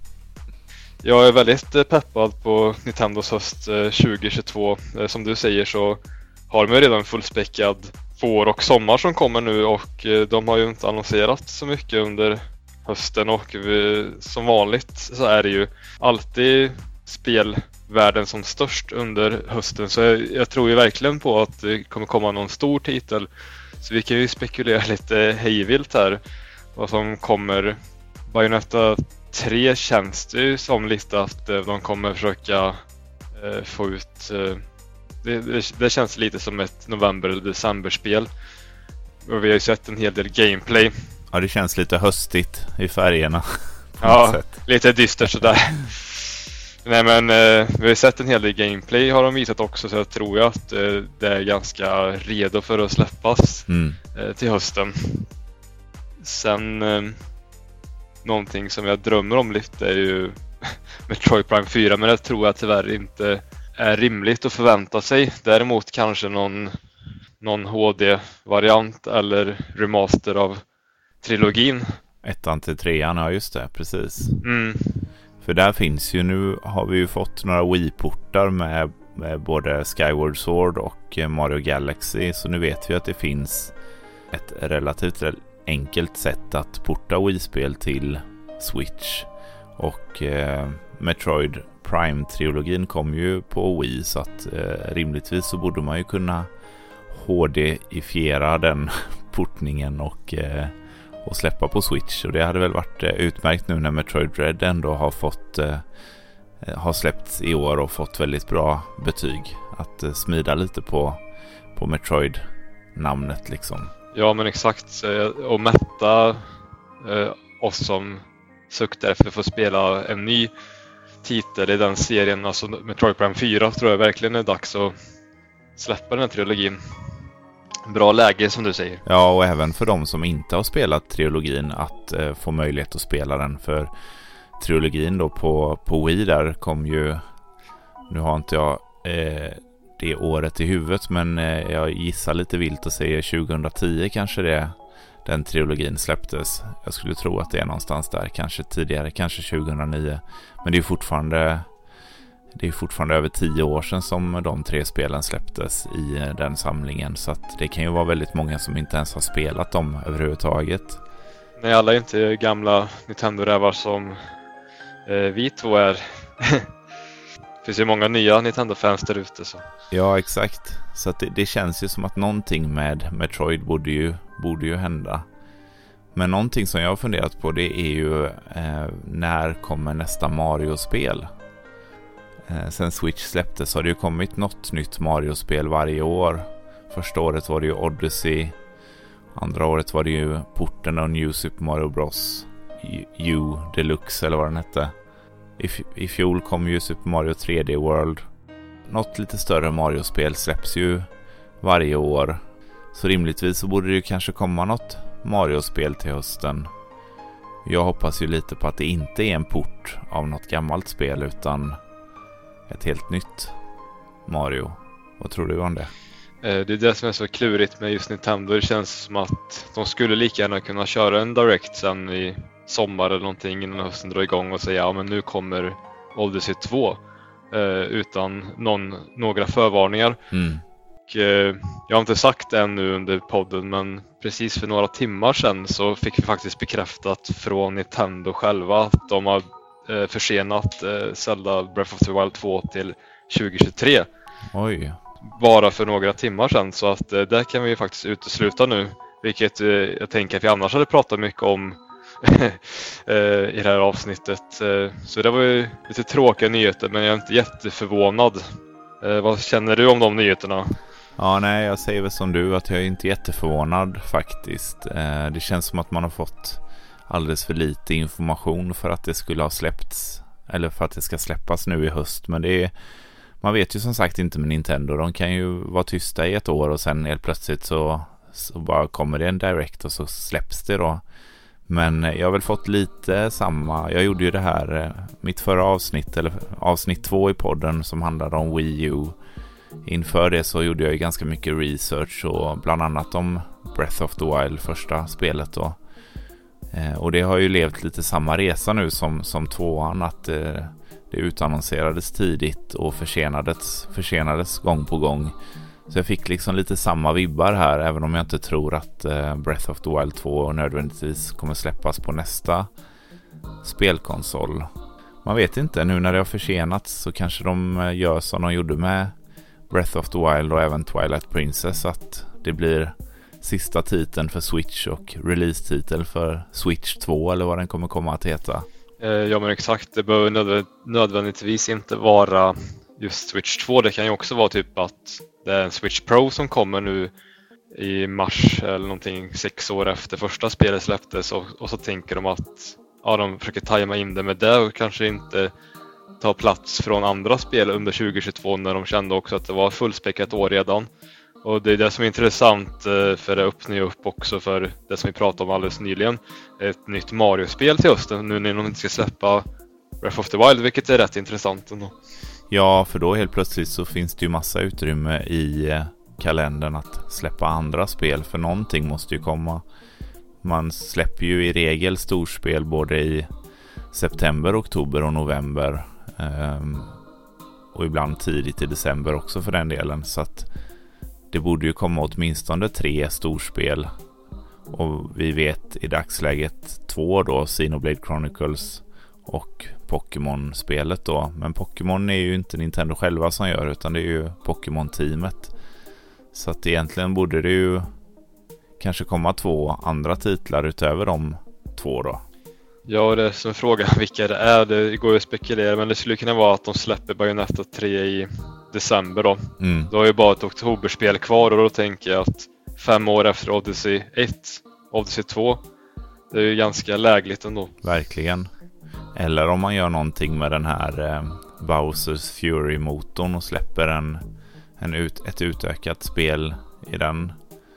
Jag är väldigt peppad på Nintendos höst tjugohundratjugotvå. Som du säger så har de redan fullspäckad vår och sommar som kommer nu, och de har ju inte annonserat så mycket under hösten, och vi, som vanligt så är det ju alltid spelvärlden som störst under hösten, så jag, jag tror ju verkligen på att det kommer komma någon stor titel, så vi kan ju spekulera lite hejvilt här vad som kommer. Bayonetta tre känns det ju som lite att de kommer försöka eh, få ut eh, det, det, det känns lite som ett november- eller decemberspel, och vi har ju sett en hel del gameplay. Ja, det känns lite höstigt i färgerna. Ja, lite dystert sådär. Nej, men eh, vi har ju sett en hel del gameplay har de visat också, så jag tror ju att eh, det är ganska redo för att släppas mm. eh, till hösten. Sen eh, någonting som jag drömmer om lite är ju Metroid Prime fyra, men det tror jag tyvärr inte är rimligt att förvänta sig. Däremot kanske någon, någon H D-variant eller remaster av trilogin. Ettan till trean, ja just det, precis. Mm. För där finns ju, nu har vi ju fått några Wii-portar med, med både Skyward Sword och Mario Galaxy, så nu vet vi att det finns ett relativt enkelt sätt att porta Wii-spel till Switch. Och eh, Metroid Prime-trilogin kom ju på Wii, så att eh, rimligtvis så borde man ju kunna H D-ifiera den portningen och, eh, och släppa på Switch. Och det hade väl varit eh, utmärkt nu när Metroid Dread ändå har fått eh, har släppts i år och fått väldigt bra betyg. Att eh, smida lite på, på Metroid-namnet liksom. Ja, men exakt. Och mätta eh, oss som suktar efter att få spela en ny titel i den serien, alltså Metroid Prime fyra, tror jag verkligen är dags att släppa den här trilogin. Bra läge som du säger. Ja, och även för de som inte har spelat trilogin att eh, få möjlighet att spela den, för trilogin då på, på Wii där kom ju, nu har inte jag eh, det året i huvudet, men eh, jag gissar lite vilt och säger tjugohundratio kanske det den trilogin släpptes. Jag skulle tro att det är någonstans där, kanske tidigare, kanske tjugohundranio. Men det är fortfarande det är fortfarande över tio år sedan som de tre spelen släpptes i den samlingen. Så att det kan ju vara väldigt många som inte ens har spelat dem överhuvudtaget. Nej, alla är inte gamla Nintendo-rävar som eh, vi två är. Det finns ju många nya Nintendo-fans där ute. Så. Ja, exakt. Så att det, det känns ju som att någonting med Metroid borde ju, borde ju hända. Men någonting som jag har funderat på, det är ju eh, när kommer nästa Mario-spel? Eh, sen Switch släpptes har det ju kommit något nytt Mario-spel varje år. Första året var det ju Odyssey. Andra året var det ju porten av New Super Mario Bros. U Deluxe eller vad den hette. I, f- I fjol kom ju Super Mario tre D World. Något lite större Mario-spel släpps ju varje år. Så rimligtvis så borde det ju kanske komma något Mario-spel till hösten. Jag hoppas ju lite på att det inte är en port av något gammalt spel utan ett helt nytt Mario. Vad tror du om det? Det är det som är så klurigt med just Nintendo. Det känns som att de skulle lika gärna kunna köra en direct sen i sommar eller någonting innan hösten drar igång och säga ja men nu kommer Odyssey två eh, utan någon, några förvarningar. Mm. Och, eh, jag har inte sagt det ännu under podden men precis för några timmar sedan så fick vi faktiskt bekräftat från Nintendo själva att de har eh, försenat eh, Zelda Breath of the Wild två till tjugo tjugotre. Oj. Bara för några timmar sedan så att eh, där kan vi faktiskt utesluta nu. Vilket eh, jag tänker att vi annars hade pratat mycket om eh, i det här avsnittet. Eh, så det var ju lite tråkiga nyheter men jag är inte jätteförvånad. Eh, vad känner du om de nyheterna? Ja, nej, jag säger väl som du att jag är inte jätteförvånad faktiskt. Eh, det känns som att man har fått alldeles för lite information för att det skulle ha släppts eller för att det ska släppas nu i höst. Men det är, man vet ju som sagt inte med Nintendo. De kan ju vara tysta i ett år och sen helt plötsligt så, så bara kommer det en direct och så släpps det då. Men jag har väl fått lite samma. Jag gjorde ju det här, mitt förra avsnitt eller avsnitt två i podden som handlade om Wii U. Inför det så gjorde jag ju ganska mycket research och bland annat om Breath of the Wild, första spelet då. Eh, och det har ju levt lite samma resa nu som, som tvåan, att eh, det utannonserades tidigt och försenades, försenades gång på gång. Så jag fick liksom lite samma vibbar här, även om jag inte tror att eh, Breath of the Wild två nödvändigtvis kommer släppas på nästa spelkonsol. Man vet inte, nu när det har försenats så kanske de gör som de gjorde med Breath of the Wild och även Twilight Princess, att det blir sista titeln för Switch och release-titel för Switch två eller vad den kommer komma att heta. Ja men exakt, det behöver nödvändigtvis inte vara just Switch två. Det kan ju också vara typ att det är en Switch Pro som kommer nu i mars eller någonting sex år efter första spelet släpptes och, och så tänker de att ja, de försöker tajma in det med det och kanske inte ta plats från andra spel under tjugo tjugotvå när de kände också att det var fullspäckat år redan. Och det är det som är intressant, för det öppnar ju upp också för det som vi pratade om alldeles nyligen. Ett nytt Mario-spel till hösten nu när de inte ska släppa Breath of the Wild, vilket är rätt intressant ändå. Ja, för då helt plötsligt så finns det ju massa utrymme i kalendern att släppa andra spel, för någonting måste ju komma. Man släpper ju i regel storspel både i september, oktober och november. Um, och ibland tidigt i december också för den delen, så att det borde ju komma åtminstone tre storspel. Och vi vet i dagsläget två då, Xenoblade Chronicles och Pokémon-spelet då. Men Pokémon är ju inte Nintendo själva som gör, utan det är ju Pokémon-teamet. Så att egentligen borde det ju kanske komma två andra titlar utöver de två då. Ja, det är som fråga vilka det är. Det går ju att spekulera, men det skulle kunna vara att de släpper Bayonetta tre i december då. Mm. Då har ju bara ett oktoberspel kvar och då tänker jag att fem år efter Odyssey ett, Odyssey två, det är ju ganska lägligt ändå. Verkligen. Eller om man gör någonting med den här eh, Bowser's Fury-motorn och släpper en, en ut, ett utökat spel i den,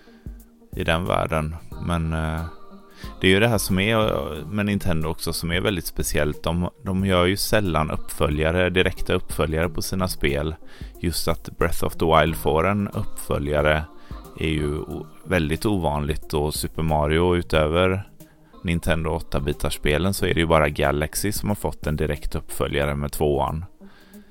i den världen. Men eh, det är ju det här som är med Nintendo också som är väldigt speciellt. De, de gör ju sällan uppföljare, direkta uppföljare på sina spel. Just att Breath of the Wild får en uppföljare är ju väldigt ovanligt. Och Super Mario utöver Nintendo åtta-bitarspelen så är det ju bara Galaxy som har fått en direkt uppföljare med tvåan.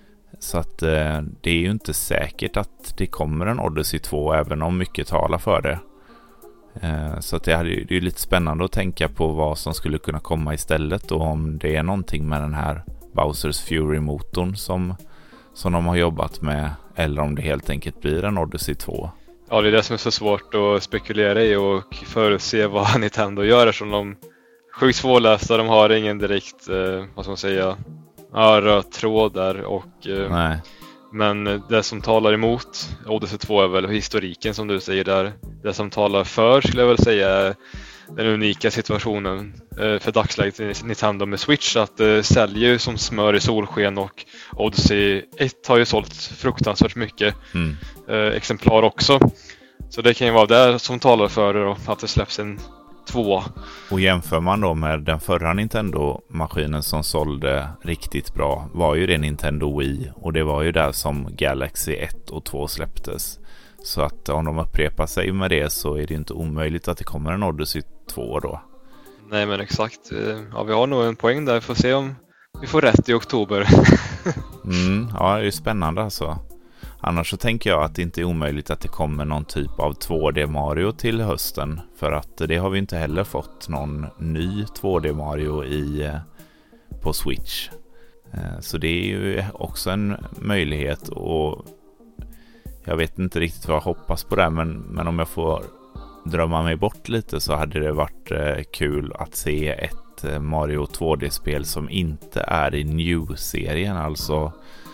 Så att eh, det är ju inte säkert att det kommer en Odyssey två, även om mycket talar för det. Eh, så att det är ju lite spännande att tänka på vad som skulle kunna komma istället, och om det är någonting med den här Bowsers Fury-motorn som, som de har jobbat med, eller om det helt enkelt blir en Odyssey två. Ja, det är det som är så svårt att spekulera i och förutse vad Nintendo gör, som de sjukt svårlästa, de har ingen direkt, eh, vad ska man säga, ja, röd tråd där, och eh, Nej. Men det som talar emot Odyssey två är väl historiken, som du säger där. Det som talar för, skulle jag väl säga, är den unika situationen eh, för dagsläget i Nintendo med Switch, att det eh, säljer som smör i solsken, och Odyssey ett har ju sålt fruktansvärt mycket mm. eh, exemplar också. Så det kan ju vara det som talar för det, att det släpps en två. Och jämför man då med den förra Nintendo-maskinen som sålde riktigt bra, var ju det Nintendo Wii, och det var ju där som Galaxy ett och två släpptes. Så att om de upprepar sig med det, så är det inte omöjligt att det kommer en Odyssey två då. Nej, men exakt. Ja, vi har nog en poäng där. Får se om vi får rätt i oktober. mm, ja, det är spännande alltså. Annars så tänker jag att det inte är omöjligt att det kommer någon typ av två D Mario till hösten. För att det har vi inte heller fått någon ny två D Mario i, på Switch. Så det är ju också en möjlighet, och jag vet inte riktigt vad jag hoppas på det, men, men om jag får drömma mig bort lite, så hade det varit kul att se ett Mario två D-spel som inte är i New-serien, alltså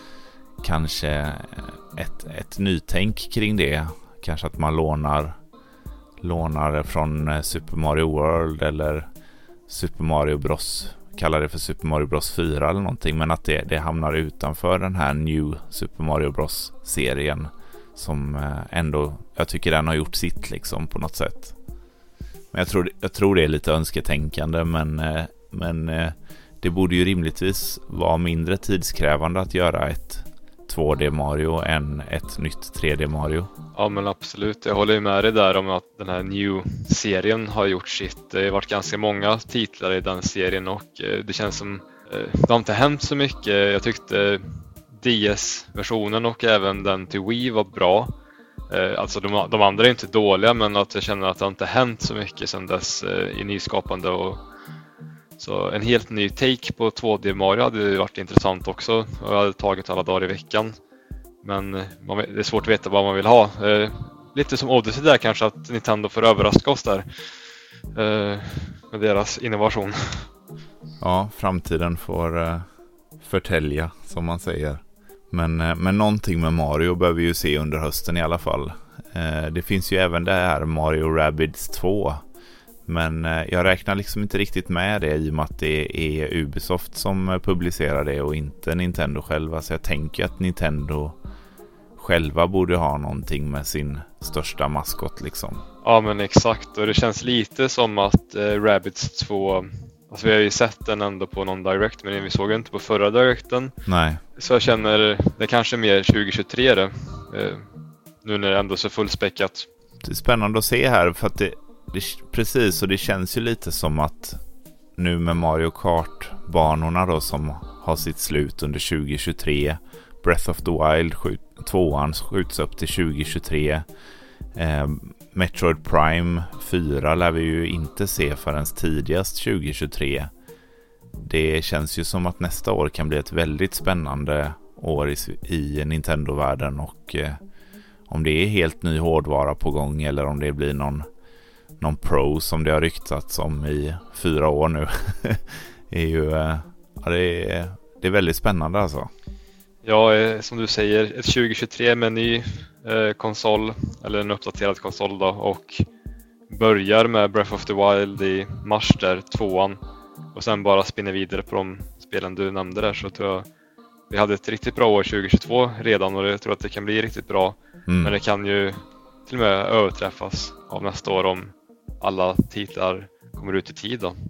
kanske ett, ett nytänk kring det. Kanske att man lånar lånar från Super Mario World eller Super Mario Bros. Kallar det för Super Mario Bros fyra eller någonting, men att det, det hamnar utanför den här New Super Mario Bros-serien, som ändå, jag tycker den har gjort sitt liksom på något sätt. Men jag tror, jag tror det är lite önsketänkande, men, men det borde ju rimligtvis vara mindre tidskrävande att göra ett två D Mario än ett nytt tre D Mario. Ja, men absolut. Jag håller ju med dig där om att den här New-serien har gjort sitt. Det har varit ganska många titlar i den serien, och det känns som det har inte hänt så mycket. Jag tyckte D S-versionen och även den till Wii var bra. Alltså de, de andra är inte dåliga, men att jag känner att det inte hänt så mycket sedan dess i nyskapande. Och så en helt ny take på två D Mario hade varit intressant också, och jag hade tagit alla dagar i veckan. Men man, det är svårt att veta vad man vill ha. Eh, lite som Odyssey där kanske, att Nintendo får överraska oss där eh, med deras innovation. Ja, framtiden får eh, förtälja, som man säger. Men, eh, men någonting med Mario behöver vi ju se under hösten i alla fall. Eh, det finns ju även det här Mario Rabbids två. Men jag räknar liksom inte riktigt med det, i och med att det är Ubisoft som publicerar det och inte Nintendo själva. Så jag tänker att Nintendo själva borde ha någonting med sin största maskot liksom. Ja, men exakt. Och det känns lite som att eh, Rabbids två... Alltså vi har ju sett den ändå på någon direct, men vi såg inte på förra directen. Nej. Så jag känner det kanske mer tjugo tjugotre det. Eh, nu när det ändå är så fullspäckat. Det är spännande att se här, för att det... Det, precis, och det känns ju lite som att nu med Mario Kart-banorna då, som har sitt slut under tjugo tjugotre, Breath of the Wild skjut, tvåan skjuts upp till tjugo tjugotre, eh, Metroid Prime fyra lär vi ju inte se förrän tidigast tjugo tjugotre. Det känns ju som att nästa år kan bli ett väldigt spännande år i, i Nintendo-världen, och eh, om det är helt ny hårdvara på gång, eller om det blir någon någon Pro som det har ryktats om i fyra år nu är ju ja, det, är, det är väldigt spännande alltså. Ja, som du säger, ett tjugo tjugotre med en ny eh, konsol, eller en uppdaterad konsol då, och börjar med Breath of the Wild i mars där, tvåan, och sen bara spinner vidare på de spelen du nämnde där, så tror jag vi hade ett riktigt bra år tjugo tjugotvå redan, och jag tror att det kan bli riktigt bra. Mm. Men det kan ju till och med överträffas av nästa år om alla titlar kommer ut i tid då.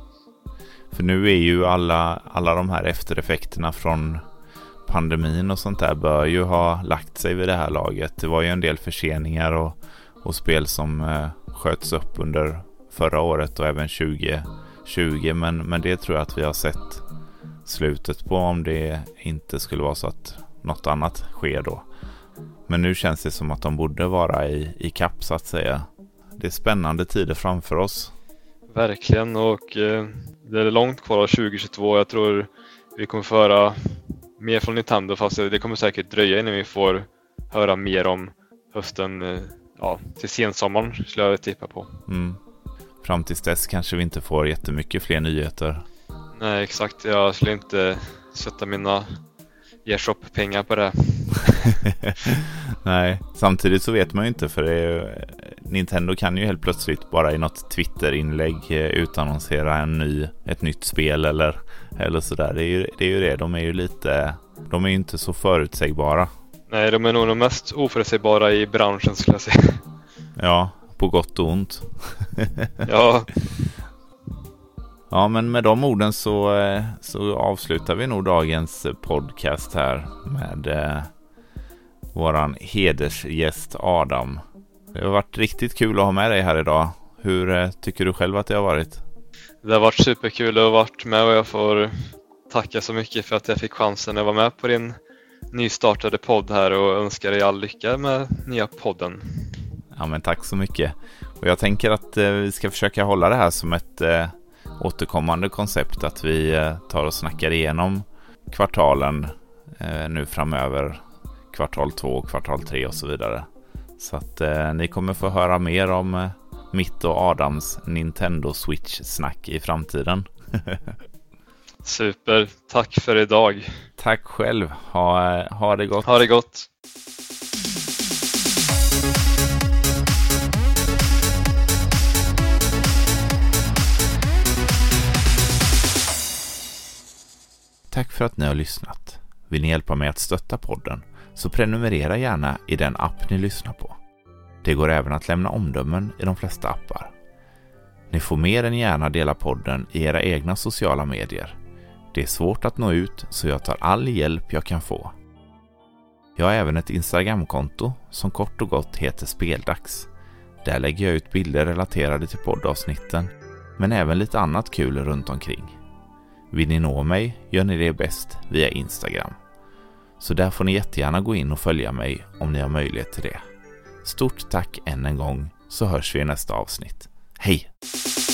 För nu är ju alla, alla de här eftereffekterna från pandemin och sånt där bör ju ha lagt sig vid det här laget. Det var ju en del förseningar och, och spel som eh, sköts upp under förra året och även tjugo tjugo, men, men det tror jag att vi har sett slutet på, om det inte skulle vara så att något annat sker då. Men nu känns det som att de borde vara i, i kapp så att säga. Det är spännande tider framför oss. Verkligen, och eh, det är långt kvar av tjugo tjugotvå. Jag tror vi kommer få höra mer från Nintendo, fast det kommer säkert dröja innan vi får höra mer om hösten, eh, ja, till sensommaren skulle jag tippa på. Mm. Fram tills dess kanske vi inte får jättemycket fler nyheter. Nej, exakt. Jag skulle inte sätta mina e-shop-pengar på det. Nej, samtidigt så vet man ju inte, för det är ju, Nintendo kan ju helt plötsligt bara i något Twitter-inlägg utannonsera en ny, ett nytt spel eller, eller sådär. Det är, ju, det är ju det, de är ju lite, de är ju inte så förutsägbara. Nej, de är nog de mest oförutsägbara i branschen skulle jag säga. Ja, på gott och ont. Ja. Ja, men med de orden så, så avslutar vi nog dagens podcast här med eh, våran hedersgäst Adam. Det har varit riktigt kul att ha med dig här idag. Hur eh, tycker du själv att det har varit? Det har varit superkul att ha varit med, och jag får tacka så mycket för att jag fick chansen att vara med på din nystartade podd här, och önskar dig all lycka med nya podden. Ja, men tack så mycket. Och jag tänker att eh, vi ska försöka hålla det här som ett eh, återkommande koncept, att vi eh, tar och snackar igenom kvartalen eh, nu framöver, kvartal två, kvartal tre och så vidare. Så att eh, ni kommer få höra mer om eh, mitt och Adams Nintendo Switch-snack i framtiden. Super, tack för idag. Tack själv, ha, ha det gott. Ha det gott. Tack för att ni har lyssnat. Vill ni hjälpa mig att stötta podden, så prenumerera gärna i den app ni lyssnar på. Det går även att lämna omdömen i de flesta appar. Ni får mer än gärna dela podden i era egna sociala medier. Det är svårt att nå ut, så jag tar all hjälp jag kan få. Jag har även ett Instagramkonto som kort och gott heter Speldags. Där lägger jag ut bilder relaterade till poddavsnitten, men även lite annat kul runt omkring. Vill ni nå mig gör ni det bäst via Instagram. Så där får ni jättegärna gå in och följa mig om ni har möjlighet till det. Stort tack än en gång, så hörs vi i nästa avsnitt. Hej!